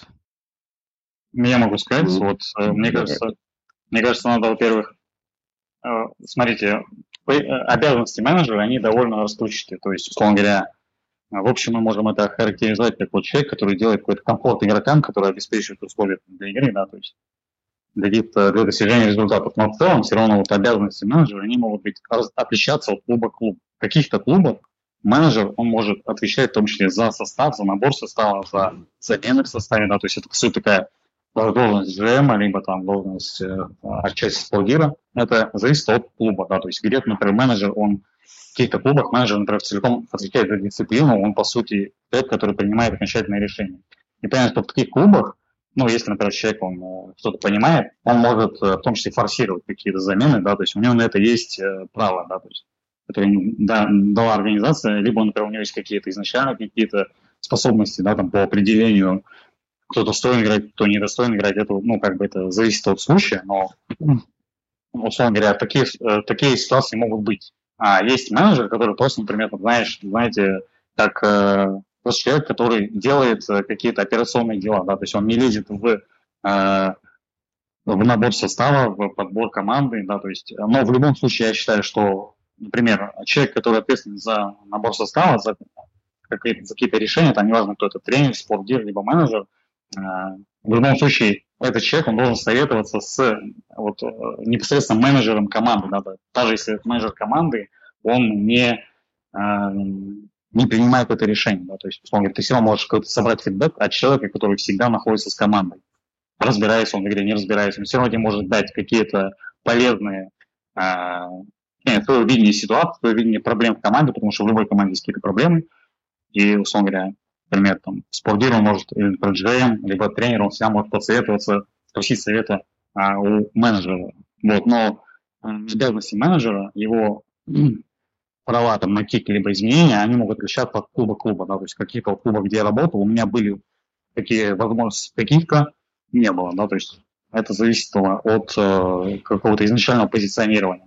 Я могу сказать, мне кажется, надо, во-первых, смотрите, обязанности менеджера, они довольно расплывчатые. То есть, условно говоря, в общем, мы можем это характеризовать как человек, который делает какой-то комфорт игрокам, который обеспечивает условия для игры, да, то есть для достижения результатов. Но в целом все равно обязанности менеджера, они могут отличаться от клуба к клубу. В каких-то клубах менеджер, он может отвечать в том числе за состав, за набор состава, за замены в составе, да, то есть это, по сути, такая должность GM, либо там должность отчасти спортдира. Это зависит от клуба, да, то есть где-то, например, менеджер, он в каких-то клубах менеджер, например, целиком отвечает за дисциплину, он, по сути, тот, который принимает окончательные решения. И понятно, что в таких клубах, если, например, человек, он что-то понимает, он может в том числе форсировать какие-то замены, да, то есть у него на это есть право, да, то есть это дала организация, либо, например, у него есть какие-то какие-то способности, да, там, по определению, кто достоин играть, кто не достоин играть, это, это зависит от случая, но, условно говоря, такие ситуации могут быть. А есть менеджер, который просто, например, знаете, как просто человек, который делает какие-то операционные дела, да, то есть он не лезет в набор состава, в подбор команды, да, то есть, но в любом случае я считаю, что, например, человек, который ответственен за набор состава, за какие-то решения, там неважно, кто это, тренер, спортдир, либо менеджер, в любом случае этот человек, он должен советоваться с непосредственно менеджером команды, да, даже если это менеджер команды, он не принимает это решение, да, то есть, условно говоря, ты все равно можешь собрать фидбэк от человека, который всегда находится с командой. Разбирается он в игре, не разбирается, он все равно тебе может дать какие-то полезные свое видение ситуации, свое видение проблем в команде, потому что в любой команде есть какие-то проблемы, и, условно говоря, например, там, спортдир он может, или GM, либо тренер, он всегда может посоветоваться, спросить совета у менеджера. Но обязанности менеджера, его права там, на кик либо изменения, они могут отличаться от клуба к клубу. Да? То есть какие-то клубы, где я работал, у меня были такие возможности, каких-то не было. Да? То есть это зависело от какого-то изначального позиционирования.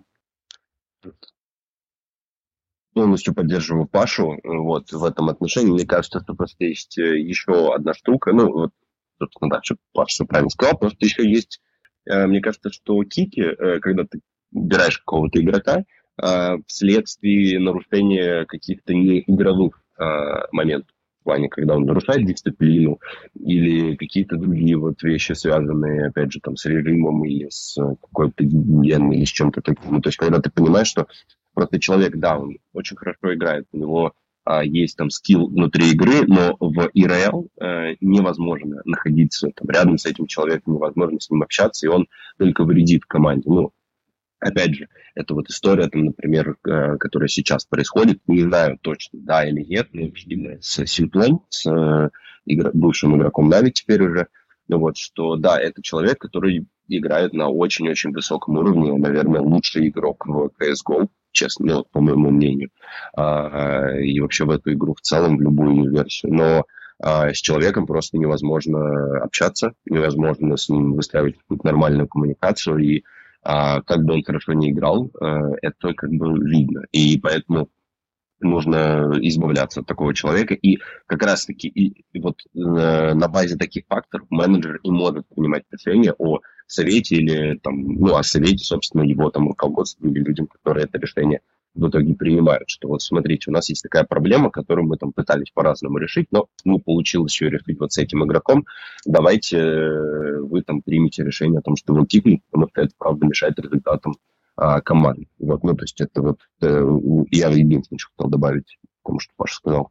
Полностью поддерживаю Пашу в этом отношении. Мне кажется, что просто есть еще одна штука. Собственно, да, Паша все правильно сказал. Просто еще есть, мне кажется, что кики, когда ты убираешь какого-то игрока, вследствие нарушения каких-то неигровых моментов. В плане, когда он нарушает дисциплину или какие-то другие вещи, связанные, опять же, там, с режимом или с какой-то гигиеной или с чем-то таким. То есть, когда ты понимаешь, что Просто человек, да, он очень хорошо играет, у него есть там скилл внутри игры, но в ИРЛ невозможно находиться там рядом с этим человеком, невозможно с ним общаться, и он только вредит команде. Ну, опять же, это вот история, там, например, которая сейчас происходит, не знаю точно, да или нет, но, видимо, с Симплом, с бывшим игроком Нави теперь уже, ну вот, что, да, это человек, который играет на очень-очень высоком уровне, наверное, лучший игрок в CSGO, честно, ну, по моему мнению, и вообще в эту игру в целом, в любую версию, но с человеком просто невозможно общаться, невозможно с ним выстраивать какую-то нормальную коммуникацию, и как бы он хорошо не играл, это как бы видно. И поэтому нужно избавляться от такого человека. И как раз-таки и вот на базе таких факторов менеджер и может принимать решение о совете или там, ну, о совете, собственно, его там руководству или людям, которые это решение в итоге принимают, что вот смотрите, у нас есть такая проблема, которую мы там пытались по-разному решить, но не получилось ее решить вот с этим игроком. Давайте вы там примете решение о том, что его кикнуть, потому что это, правда, мешает результатам команды. Вот, ну, то есть это вот я единственное, что хотел добавить к тому, что Паша сказал.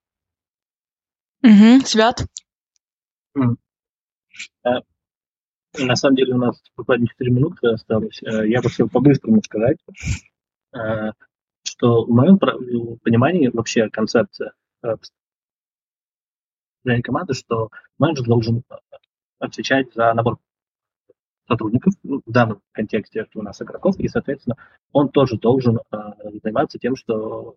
Свят? На самом деле у нас буквально 4 минуты осталось. Я бы хотел по-быстрому сказать, что в моем понимании вообще концепция команды, что менеджер должен отвечать за набор сотрудников, в данном контексте это у нас игроков, и, соответственно, он тоже должен заниматься тем, что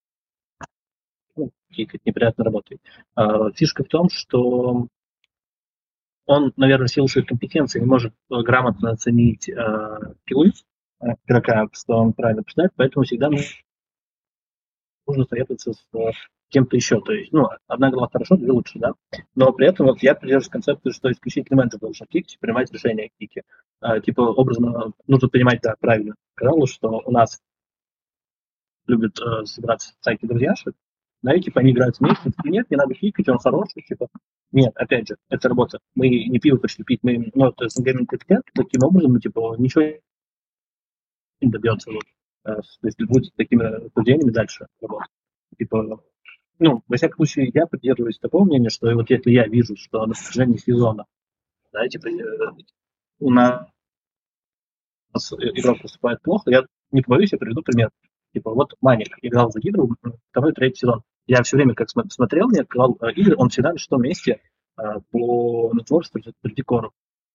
неприятно работает. Фишка в том, что он, наверное, в силу своих компетенций не может грамотно оценить скиллы игрока, что он правильно посчитает, поэтому всегда нужно советоваться с кем-то еще. То есть, ну, одна голова хорошо, две лучше, да. Но при этом вот я придерживаюсь концепции, что исключительно менеджер должен кикать, принимать решения о кике. Типа, образно, нужно понимать, да, правильно сказал, что у нас любят собираться всякие друзьяши, да, и типа они играют вместе, и нет, не надо кикать, он хороший, типа. Нет, опять же, это работа. Мы не пиво пришли пить, мы, ну, то есть, таким образом, ну, типа, ничего не добьется, вот, если будет такими рассуждениями дальше работать. Типа, ну, во всяком случае, я придерживаюсь такого мнения, что вот если я вижу, что на протяжении сезона, да, типа, у нас игрок выступает плохо, я не побоюсь, я приведу пример. Типа, вот Маник играл за Гидру второй, третий сезон. Я все время, как смотрел, не открывал игры, он всегда на шестом месте по натворству среди коров.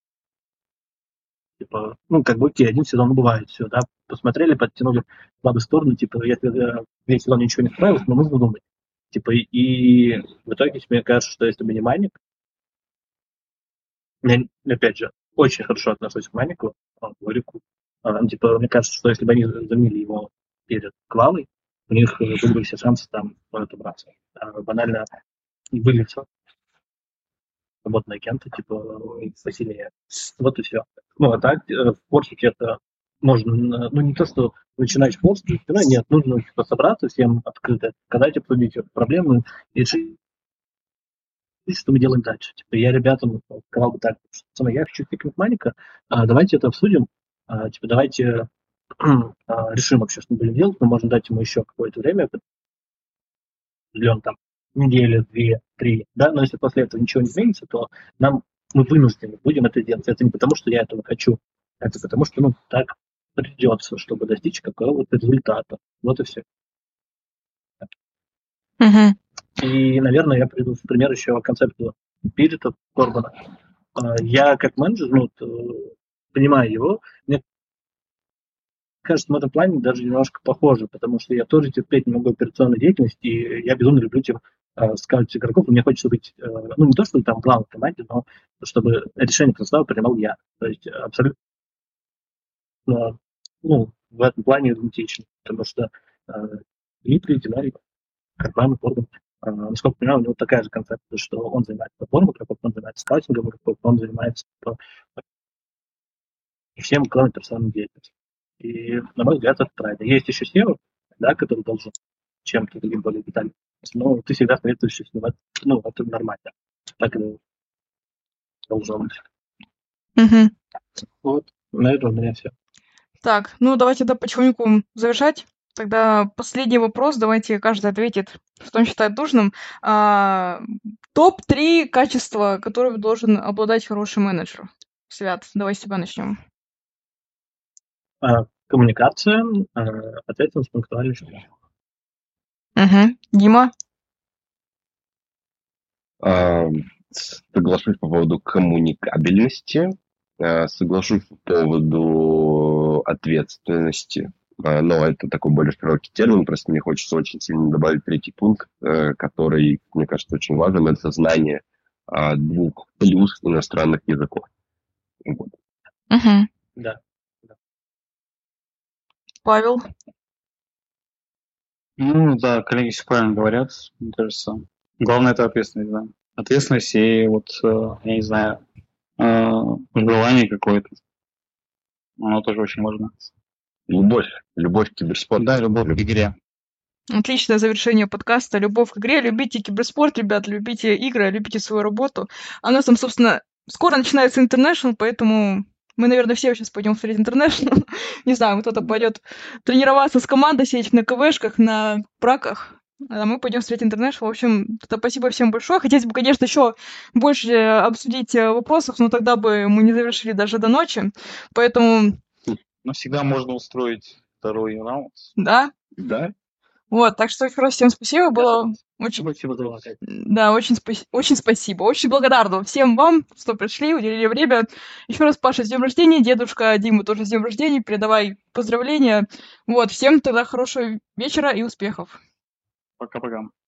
Типа, ну, как бы, окей, один сезон бывает, все, да, посмотрели, подтянули слабые стороны, типа, если весь сезон ничего не справилось, но нужно думать. Типа, и в итоге мне кажется, что если бы не Маник, я, опять же, очень хорошо отношусь к Манику, Горику. Типа, мне кажется, что если бы они заменили его перед Клавой, у них были бы все шансы там отобраться. Банально были свободные агенты, типа, посильнее. Вот и все. Ну, а так, в Порсике это можно, ну, не то, что начинаешь Порсик, нет, нужно типа, собраться всем открыто, когда обсудить проблемы и решить, что мы делаем дальше. Типа, я ребятам сказал бы так, что я хочу пикнуть Маника, давайте это обсудим, типа, давайте решим вообще, что мы будем делать, мы можем дать ему еще какое-то время, определенно там неделю, 2-3, да, но если после этого ничего не изменится, то мы вынуждены будем это делать. Это не потому, что я этого хочу, это потому, что, ну, так придется, чтобы достичь какого-то результата. Вот и все. И, наверное, я приду в пример еще концепту Пирита Корбана. Я как менеджер, ну, понимаю его, мне кажется, в этом плане даже немножко похоже, потому что я тоже терпеть не могу операционную деятельность, и я безумно люблю скаутить игроков, и мне хочется быть, ну, не то, чтобы там главный в команде, но чтобы решение состава принимал я. То есть абсолютно, ну, в этом плане идентично, потому что Дмитрий, Динарик, Карбан, Корбан, насколько я понимаю, у него такая же концепция, что он занимается подбором игроков, он занимается скаутингом игроков, он занимается всем, кроме персональной деятельности. И, на мой взгляд, это правильно. Есть еще SEO, да, который должен чем-то другим более детально. Но ты всегда советуешься с ним. Ну, это нормально. Так и должно быть. Вот, наверное, у меня все. Так, ну давайте тогда потихоньку завершать. Тогда последний вопрос. Давайте каждый ответит, что он считает нужным. Топ-3 качества, которыми должен обладать хороший менеджер. Свят, давай с тебя начнем. Коммуникация, ответственность, пунктуальность. Угу. Дима? Соглашусь по поводу коммуникабельности, соглашусь по поводу ответственности, но это такой более широкий термин, просто мне хочется очень сильно добавить третий пункт, который, мне кажется, очень важным, это знание 2+ иностранных языков. Вот. Угу. Да. Павел? Ну да, коллеги все правильно говорят, мне кажется. Главное это ответственность, да. Ответственность и вот, я не знаю, желание какое-то. Оно тоже очень важно. Любовь к киберспорту. Да, любовь к игре. Отличное завершение подкаста. Любовь к игре. Любите киберспорт, ребят, любите игры, любите свою работу. А у нас там, собственно, скоро начинается International, поэтому мы, наверное, все сейчас пойдем смотреть International. Не знаю, кто-то пойдет тренироваться с командой, сидеть на КВшках, на праках. А мы пойдем смотреть International. В общем, спасибо всем большое. Хотелось бы, конечно, еще больше обсудить вопросов, но тогда бы мы не завершили даже до ночи. Поэтому... Но всегда можно устроить второй раунд. Да? Да? Вот, так что еще раз всем спасибо, было очень... Спасибо за вас. Да, очень спасибо, очень благодарна всем вам, что пришли, уделили время. Еще раз, Паша, с днем рождения, дедушка Дима тоже с днем рождения, передавай поздравления. Вот, всем тогда хорошего вечера и успехов. Пока-пока.